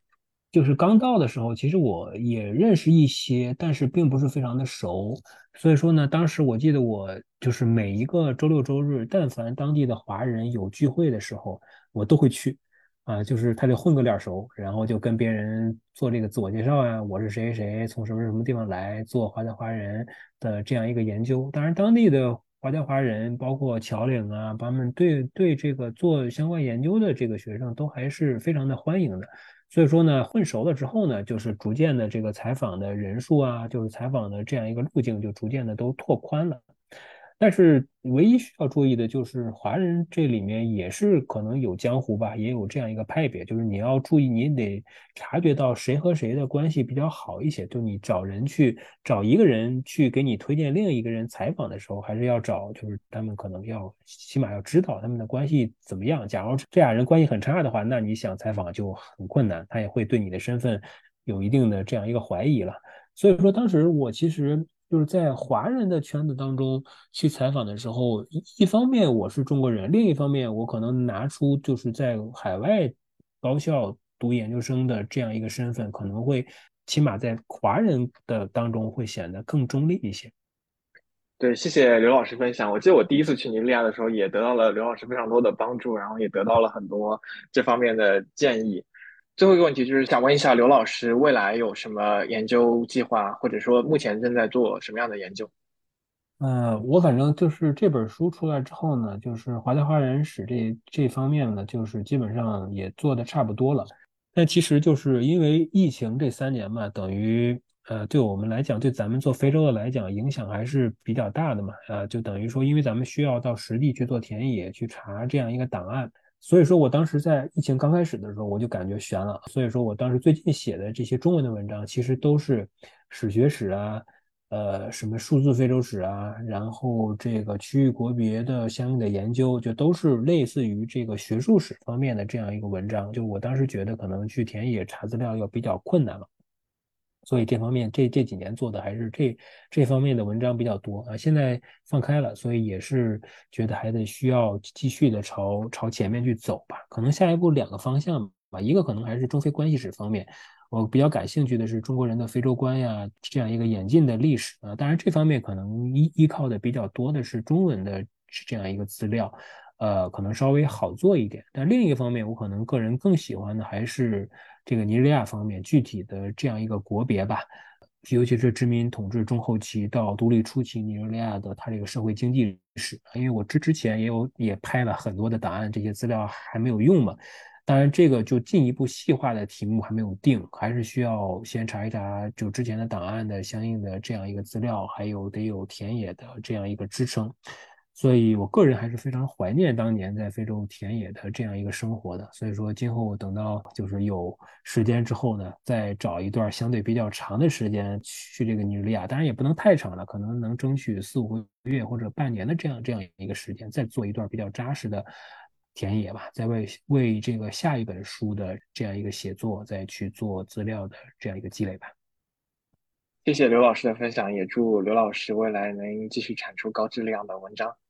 就是刚到的时候，其实我也认识一些，但是并不是非常的熟。所以说呢，当时我记得我就是每一个周六周日，但凡当地的华人有聚会的时候，我都会去。就是他就混个脸熟，然后就跟别人做这个自我介绍啊，我是谁谁谁，从什么地方来，做华侨华人的这样一个研究。当然，当地的华侨华人，包括侨领啊，他们对这个做相关研究的这个学生都还是非常的欢迎的。所以说呢，混熟了之后呢，就是逐渐的这个采访的人数啊，就是采访的这样一个路径就逐渐的都拓宽了。但是唯一需要注意的就是华人这里面也是可能有江湖吧，也有这样一个派别，就是你要注意，你得察觉到谁和谁的关系比较好一些。就你找一个人去给你推荐另一个人采访的时候，还是要找就是他们可能要起码要知道他们的关系怎么样。假如这俩人关系很差的话，那你想采访就很困难，他也会对你的身份有一定的这样一个怀疑了。所以说，当时我其实就是在华人的圈子当中去采访的时候，一方面我是中国人，另一方面我可能拿出就是在海外高校读研究生的这样一个身份，可能会起码在华人的当中会显得更中立一些。 对，谢谢刘老师分享。我记得我第一次去尼日利亚的时候，也得到了刘老师非常多的帮助，然后也得到了很多这方面的建议。最后一个问题就是想问一下刘老师，未来有什么研究计划，或者说目前正在做什么样的研究？ 我反正就是这本书出来之后呢，就是华侨华人史这方面呢，就是基本上也做的差不多了。但其实就是因为疫情这3年嘛，等于对我们来讲，对咱们做非洲的来讲，影响还是比较大的嘛。就等于说，因为咱们需要到实地去做田野，去查这样一个档案，所以说我当时在疫情刚开始的时候，我就感觉悬了。所以说我当时最近写的这些中文的文章，其实都是史学史啊。什么数字非洲史啊，然后这个区域国别的相应的研究，就都是类似于这个学术史方面的这样一个文章。就我当时觉得可能去田野查资料要比较困难了，所以这方面这几年做的还是这方面的文章比较多啊。现在放开了，所以也是觉得还得需要继续的朝前面去走吧。可能下一步2个方向吧，一个可能还是中非关系史方面。我比较感兴趣的是中国人的非洲观呀，这样一个演进的历史啊。当然，这方面可能依靠的比较多的是中文的这样一个资料，可能稍微好做一点。但另一个方面，我可能个人更喜欢的还是这个尼日利亚方面具体的这样一个国别吧，尤其是殖民统治中后期到独立初期尼日利亚的它这个社会经济史。因为我之前也拍了很多的档案，这些资料还没有用嘛。当然，这个就进一步细化的题目还没有定，还是需要先查一查就之前的档案的相应的这样一个资料，还有得有田野的这样一个支撑。所以我个人还是非常怀念当年在非洲田野的这样一个生活的。所以说，今后等到就是有时间之后呢，再找一段相对比较长的时间去这个尼日利亚，当然也不能太长了，可能能争取4、5个月或者半年的这样一个时间，再做一段比较扎实的田野吧，再为这个下一本书的这样一个写作再去做资料的这样一个积累吧。 谢谢刘老师的分享，也祝刘老师未来能继续产出高质量的文章。